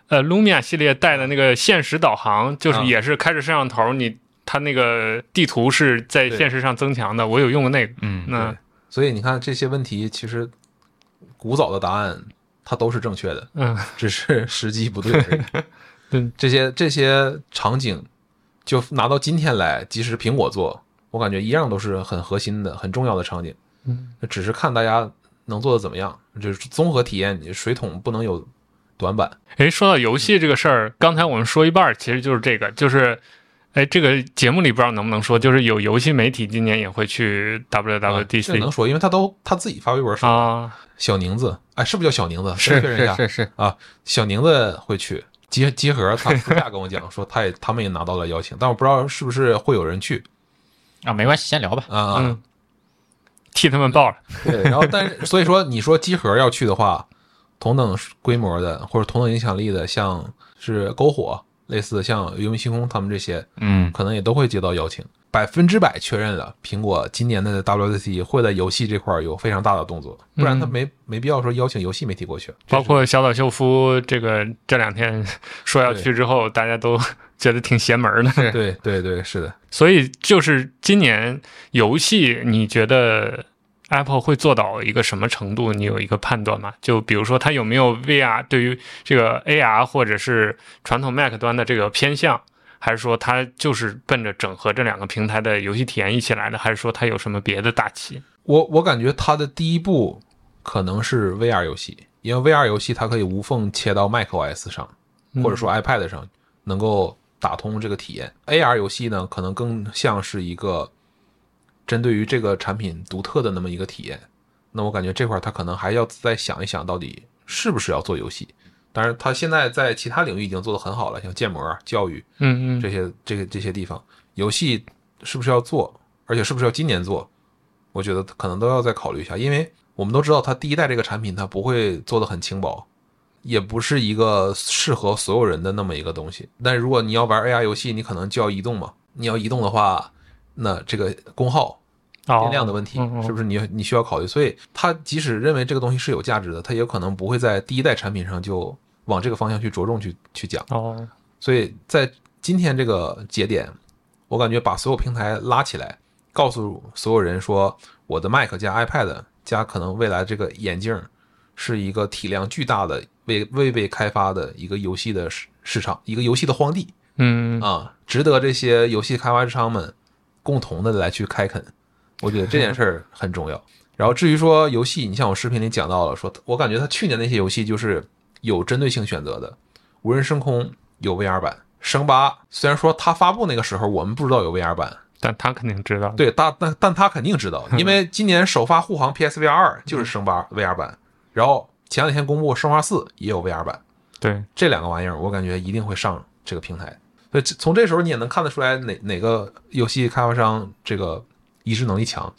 Lumia 系列带的那个现实导航，就是也是开着摄像头，它那个地图是在现实上增强的，我有用过那个。那所以你看这些问题，其实古早的答案它都是正确的，只是时机不对而已。这些场景就拿到今天来，即使苹果做，我感觉一样都是很核心的、很重要的场景。只是看大家能做的怎么样，就是综合体验，水桶不能有短板。 说到游戏这个事儿，刚才我们说一半，其实就是这个，就是这个节目里不知道能不能说，就是有游戏媒体今年也会去 WWDC， 这能说，因为他自己发微博说啊，小宁子，是不是叫小宁子？ 是啊，小宁子会去。集合他私下跟我讲说他们也拿到了邀请，但我不知道是不是会有人去啊，没关系，先聊吧。 替他们报了。 对，然后所以说你说集合要去的话，同等规模的或者同等影响力的，像是篝火，类似像游戏星空他们这些，可能也都会接到邀请。100%确认了，苹果今年的 WWDC 会在游戏这块有非常大的动作，不然他没必要说邀请游戏媒体过去。 包括小岛秀夫这两天说要去之后，大家都觉得挺邪门的。 对，是的。 所以就是今年游戏，你觉得 Apple 会做到一个什么程度？你有一个判断吗？就比如说它有没有 VR 对于这个 AR 或者是传统 Mac 端的这个偏向？还是说它就是奔着整合这两个平台的游戏体验一起来的？还是说它有什么别的大棋？ 我感觉它的第一步可能是 VR 游戏，因为 VR 游戏它可以无缝切到 macOS 上，或者说 iPad 上，能够打通这个体验。AR 游戏呢，可能更像是一个针对于这个产品独特的那么一个体验。那我感觉这块它可能还要再想一想，到底是不是要做游戏。当然，他现在在其他领域已经做得很好了，像建模、教育，这些地方，游戏是不是要做，而且是不是要今年做，我觉得可能都要再考虑一下，因为我们都知道，它第一代这个产品它不会做得很轻薄，也不是一个适合所有人的那么一个东西。但如果你要玩 AR 游戏，你可能就要移动嘛，你要移动的话，那这个功耗。电量的问题是不是你需要考虑？所以他即使认为这个东西是有价值的，他也有可能不会在第一代产品上就往这个方向去着重去讲。所以在今天这个节点，我感觉把所有平台拉起来，告诉所有人说，我的 Mac 加 iPad 加可能未来这个眼镜是一个体量巨大的未被开发的一个游戏的市场，一个游戏的荒地。值得这些游戏开发商们共同的来去开垦。我觉得这件事儿很重要。然后至于说游戏，你像我视频里讲到了，说我感觉他去年那些游戏就是有针对性选择的。无人升空有 VR 版，生8虽然说他发布那个时候我们不知道有 VR 版， 但他肯定知道。 对，但他肯定知道，因为今年首发护航 PSVR 就是生8 VR 版，然后前两天公布生化4也有 VR 版。 对， 这两个玩意儿我感觉一定会上这个平台。所以从这时候你也能看得出来哪个游戏开发商这个意志能力强。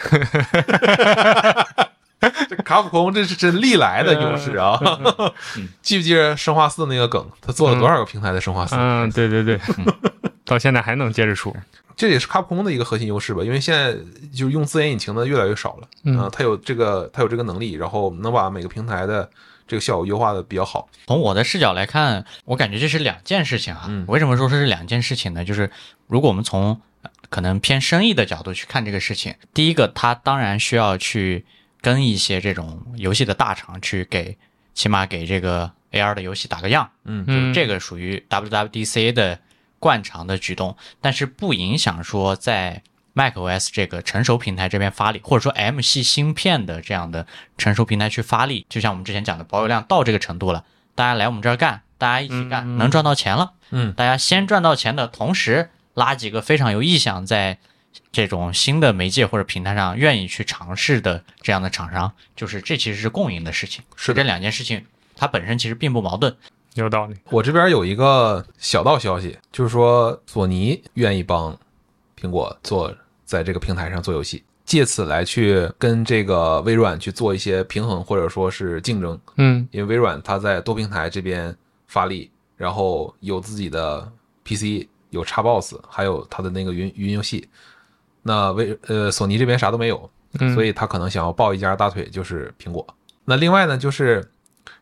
这卡普空这是真历来的优势啊！记不记得生化4那个梗？他做了多少个平台的生化4？ 对，到现在还能接着出。 这也是卡普空的一个核心优势吧，因为现在就是用自研引擎的越来越少了。它有这个能力，然后能把每个平台的这个效果优化的比较好。 从我的视角来看，我感觉这是两件事情啊。为什么说是两件事情呢？就是如果我们从可能偏生意的角度去看这个事情，第一个，它当然需要去跟一些这种游戏的大厂去起码给这个 AR 的游戏打个样。就这个属于 WWDC 的惯常的举动，但是不影响说在 macOS 这个成熟平台这边发力，或者说 M 系芯片的这样的成熟平台去发力。就像我们之前讲的，保有量到这个程度了，大家来我们这儿干，大家一起干，能赚到钱了。大家先赚到钱的同时，拉几个非常有意向在这种新的媒介或者平台上愿意去尝试的这样的厂商，就是这其实是共赢的事情。 是这两件事情它本身其实并不矛盾。 有道理。 我这边有一个小道消息，就是说索尼愿意帮苹果在这个平台上做游戏，借此来去跟这个微软去做一些平衡或者说是竞争。因为微软它在多平台这边发力，然后有自己的 PC， 有 Xbox， 还有它的那个云游戏。那索尼这边啥都没有，所以他可能想要抱一家大腿，就是苹果。那另外呢，就是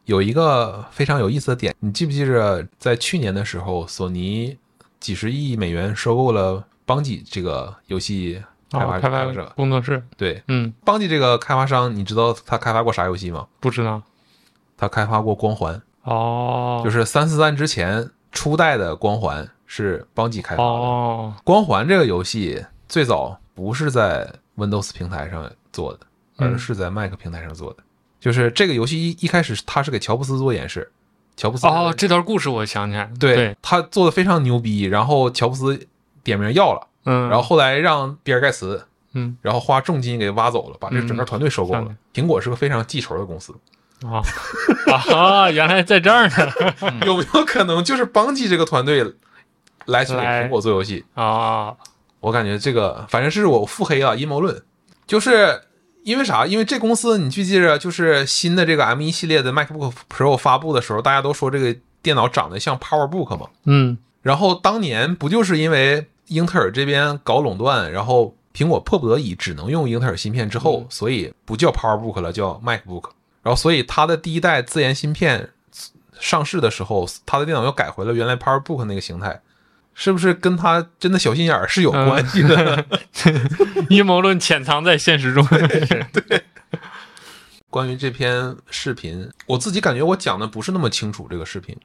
有一个非常有意思的点，你记不记着在去年的时候，索尼几十亿美元收购了邦吉这个游戏开发者工作室？ 对，邦吉这个开发商，你知道他开发过啥游戏吗？ 不知道。 他开发过光环。 哦， 就是343之前初代的光环是邦吉开发的。 哦， 光环这个游戏最早不是在 Windows 平台上做的，而是在 Mac 平台上做的。就是这个游戏一开始他是给乔布斯做演示，乔布斯这段故事我想起来， 对他做的非常牛逼，然后乔布斯点名要了，然后后来让比尔盖茨，然后花重金给挖走了，把这整个团队收购了。苹果是个非常记仇的公司。 原来在这儿呢。 有没有可能就是邦吉这个团队来去给苹果做游戏啊？ 我感觉这个反正是我腹黑了阴谋论，就是因为啥？因为这公司你记着，就是新的这个 M1 系列的 MacBook Pro 发布的时候，大家都说这个电脑长得像 PowerBook 嘛，然后当年不就是因为英特尔这边搞垄断，然后苹果迫不得已只能用英特尔芯片之后，所以不叫 PowerBook 了，叫 MacBook。然后所以它的第一代自研芯片上市的时候，它的电脑又改回了原来 PowerBook 那个形态，是不是跟它真的小心眼儿是有关系的？ 阴谋论潜藏在现实中。 对。关于这篇视频，我自己感觉我讲的不是那么清楚。这个视频，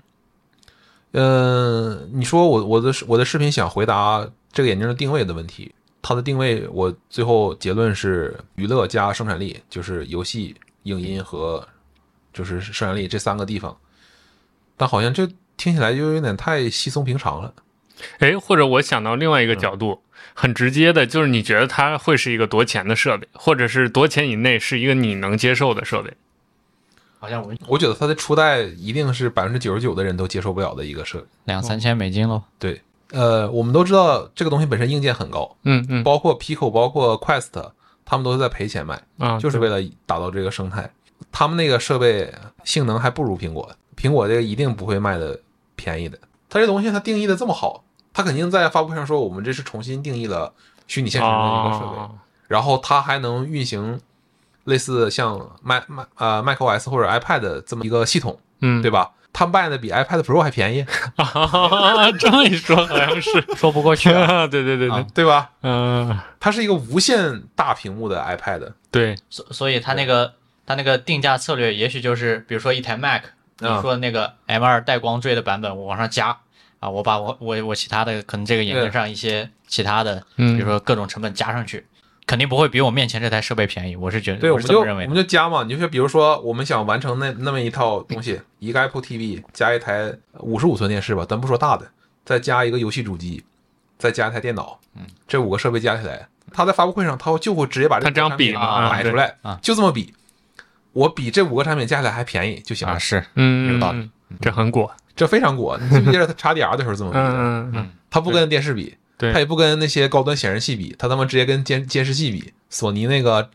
你说我的视频想回答这个眼镜的定位的问题，它的定位我最后结论是娱乐加生产力，就是游戏、影音和就是生产力这3个地方，但好像这听起来就有点太稀松平常了。 或者我想到另外一个角度，很直接的，就是你觉得它会是一个多钱的设备，或者是多钱以内是一个你能接受的设备？ 好像我觉得它的初代一定是99%的人都接受不了的一个设备 ，2-3千美金咯。 对，我们都知道这个东西本身硬件很高，包括 Pico 包括 Quest 他们都是在赔钱卖，就是为了打造这个生态。他们那个设备性能还不如苹果，苹果这个一定不会卖的便宜的。它这东西它定义的这么好，它肯定在发布会上说我们这是重新定义了虚拟现实的一个设备，然后它还能运行类似像macOS 或者 iPad 这么一个系统，对吧？它卖的比 iPad Pro 还便宜。 这么一说好像是说不过去。 对对吧？它是一个无限大屏幕的 iPad。 对， 所以它那个定价策略也许就是比如说一台 Mac，你说那个 M2 带光追的版本我往上加啊，我把我其他的可能这个眼镜上一些其他的比如说各种成本加上去，肯定不会比我面前这台设备便宜，我是觉得。 对， 我是这么认为的。 我们就加嘛，你就比如说我们想完成那么一套东西，一个 Apple TV 加一台55寸电视吧，咱不说大的，再加一个游戏主机，再加一台电脑，这5个设备加起来，他在发布会上他就会直接把这样比摆出来，就这么比，我比这5个产品加起来还便宜就行了。 是， 有道理，这很果， 这非常果。你记不记得他 XDR 的时候这么比的？他不跟电视比。 对， 他也不跟那些高端显示器比，他妈直接跟监视器比。索尼那个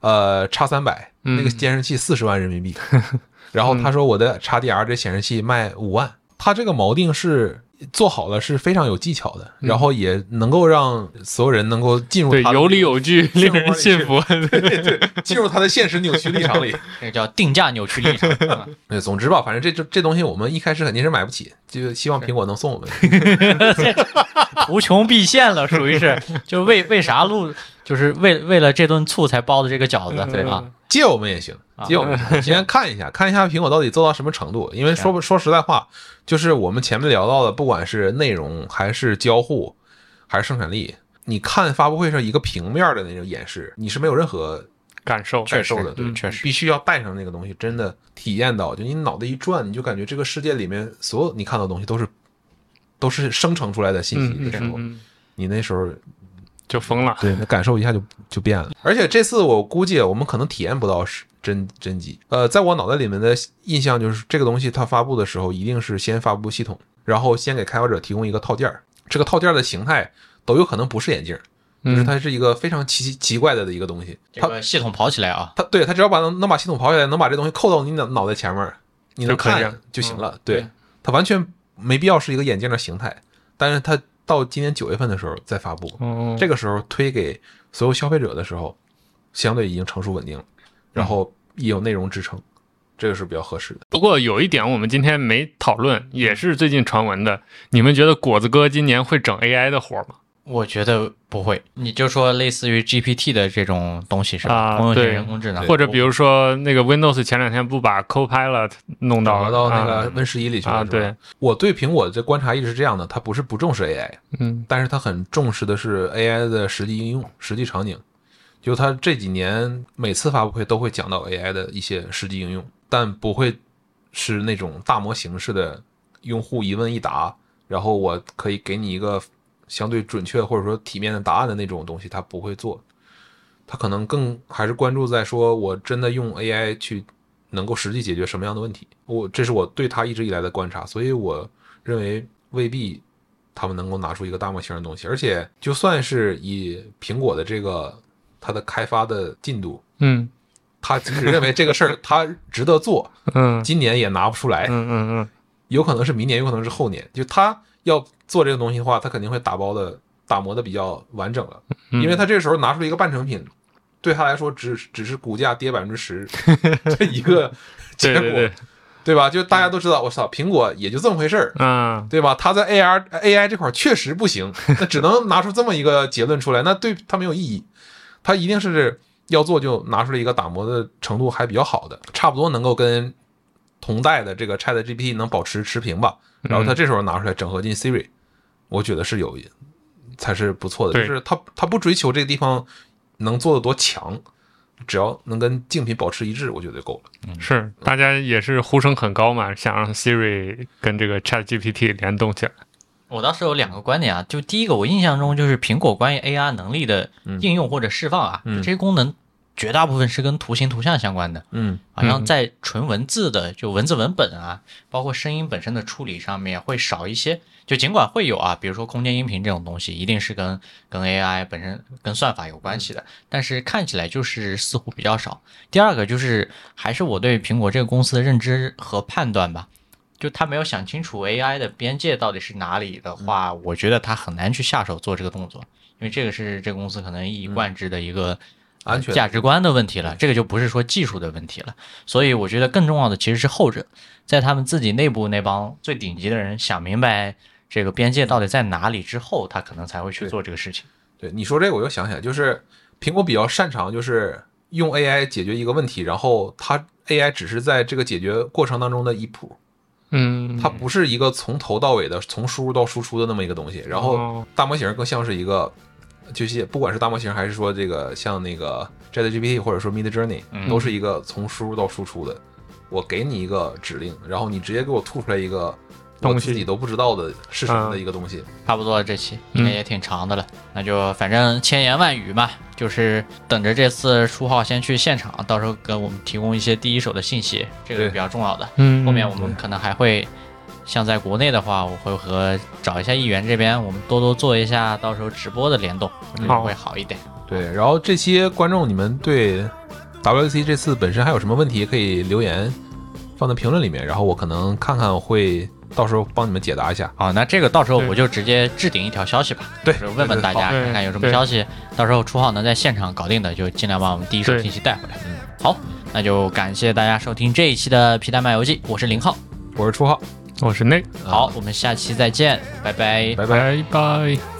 X300那个监视器40万人民币，然后他说我的 XDR 这显示器卖5万，他这个锚定是做好了，是非常有技巧的，然后也能够让所有人能够进入他的有理有据，令人信服。 对，进入他的现实扭曲立场里， 这个叫定价扭曲立场。 对，总之吧，反正这东西我们一开始肯定是买不起，就希望苹果能送我们。 无穷必现了，属于是，就为啥录，就是为了这顿醋才包的这个饺子，对吧？ 借我们也行，借我们先看一下苹果到底做到什么程度。因为说实在话，就是我们前面聊到的，不管是内容还是交互还是生产力，你看发布会上一个平面的那种演示，你是没有任何感受的，对，确实必须要带上那个东西，真的体验到，就你脑袋一转，你就感觉这个世界里面所有你看到的东西都是生成出来的信息的时候，你那时候就疯了， 对，那感受一下就变了。而且这次我估计我们可能体验不到真机。在我脑袋里面的印象就是这个东西它发布的时候一定是先发布系统，然后先给开发者提供一个套件，这个套件的形态都有可能不是眼镜，就是它是一个非常奇怪的一个东西。 这个系统跑起来啊， 它只要能把系统跑起来，能把这东西扣到你脑袋前面，你能看就行了。对，它完全没必要是一个眼镜的形态，但是它到今年9月份的时候再发布，这个时候推给所有消费者的时候，相对已经成熟稳定了，然后也有内容支撑， 这个是比较合适的。 不过有一点我们今天没讨论，也是最近传闻的，你们觉得果子哥今年会整 AI 的活吗？ 我觉得不会，你就说类似于 GPT 的这种东西是吧？通用型人工智能， 或者比如说那个 Windows 前2天不把 Copilot 弄到那个 Win11里去了对， 我对苹果这观察一直是这样的，它不是不重视 AI，但是它很重视的是 AI 的实际应用、实际场景。就它这几年每次发布会都会讲到 AI 的一些实际应用，但不会是那种大模型式的用户一问一答，然后我可以给你一个相对准确或者说体面的答案的那种东西，他不会做。他可能更还是关注在说我真的用 AI 去能够实际解决什么样的问题，这是我对他一直以来的观察，所以我认为未必他们能够拿出一个大模型的东西。而且就算是以苹果的这个它的开发的进度，他即使认为这个事儿他值得做，今年也拿不出来，有可能是明年，有可能是后年。就他要做这个东西的话，他肯定会打磨的比较完整了，因为他这个时候拿出一个半成品，对他来说只是股价跌10%这一个结果，对吧？就大家都知道，我操，苹果也就这么回事儿，对吧？他在 AI 这块确实不行，那只能拿出这么一个结论出来，那对他没有意义。他一定是要做就拿出了一个打磨的程度还比较好的，差不多能够跟同代的这个 ChatGPT 能保持持平吧。然后他这时候拿出来整合进 Siri，我觉得是才是不错的。就是他不追求这个地方能做的多强，只要能跟竞品保持一致，我觉得就够了。 是，大家也是呼声很高嘛，想让 Siri 跟这个 ChatGPT 联动起来。 我当时有2个观点啊，就第一个，我印象中就是苹果关于 AI 能力的应用或者释放啊，这些功能绝大部分是跟图形图像相关的，好像在纯文字的就文字文本啊，包括声音本身的处理上面会少一些。就尽管会有啊，比如说空间音频这种东西，一定是跟 AI 本身跟算法有关系的，但是看起来就是似乎比较少。第二个就是还是我对苹果这个公司的认知和判断吧，就他没有想清楚 AI 的边界到底是哪里的话，我觉得他很难去下手做这个动作，因为这个是这个公司可能一以贯之的一个安全价值观的问题了，这个就不是说技术的问题了。所以我觉得更重要的其实是后者，在他们自己内部那帮最顶级的人想明白这个边界到底在哪里之后，他可能才会去做这个事情。 对你说这个我又想起来，就是苹果比较擅长就是用 AI 解决一个问题，然后它 AI 只是在这个解决过程当中的一步，它不是一个从头到尾的从输入到输出的那么一个东西。然后大模型更像是一个，就是不管是大模型还是说这个像那个 ChatGPT 或者说 Midjourney，都是一个从输入到输出的。我给你一个指令，然后你直接给我吐出来一个我自己都不知道的是什么的一个东西。 差不多这期应该也挺长的了，那就反正千言万语嘛，就是等着这次书浩先去现场，到时候给我们提供一些第一手的信息，这个是比较重要的。后面我们可能还会像在国内的话，我会找一下议员这边，我们多做一下到时候直播的联动，我觉得会好一点。 对，然后这些观众你们对 WWDC 这次本身还有什么问题可以留言放在评论里面，然后我可能看看会到时候帮你们解答一下。 好，那这个到时候我就直接置顶一条消息吧， 对， 问问大家看看有什么消息，到时候初号能在现场搞定的，就尽量把我们第一手信息带回来。好，那就感谢大家收听这一期的皮蛋漫游记，我是0号， 我是初号， 我是内。 好，我们下期再见，拜拜， 拜拜。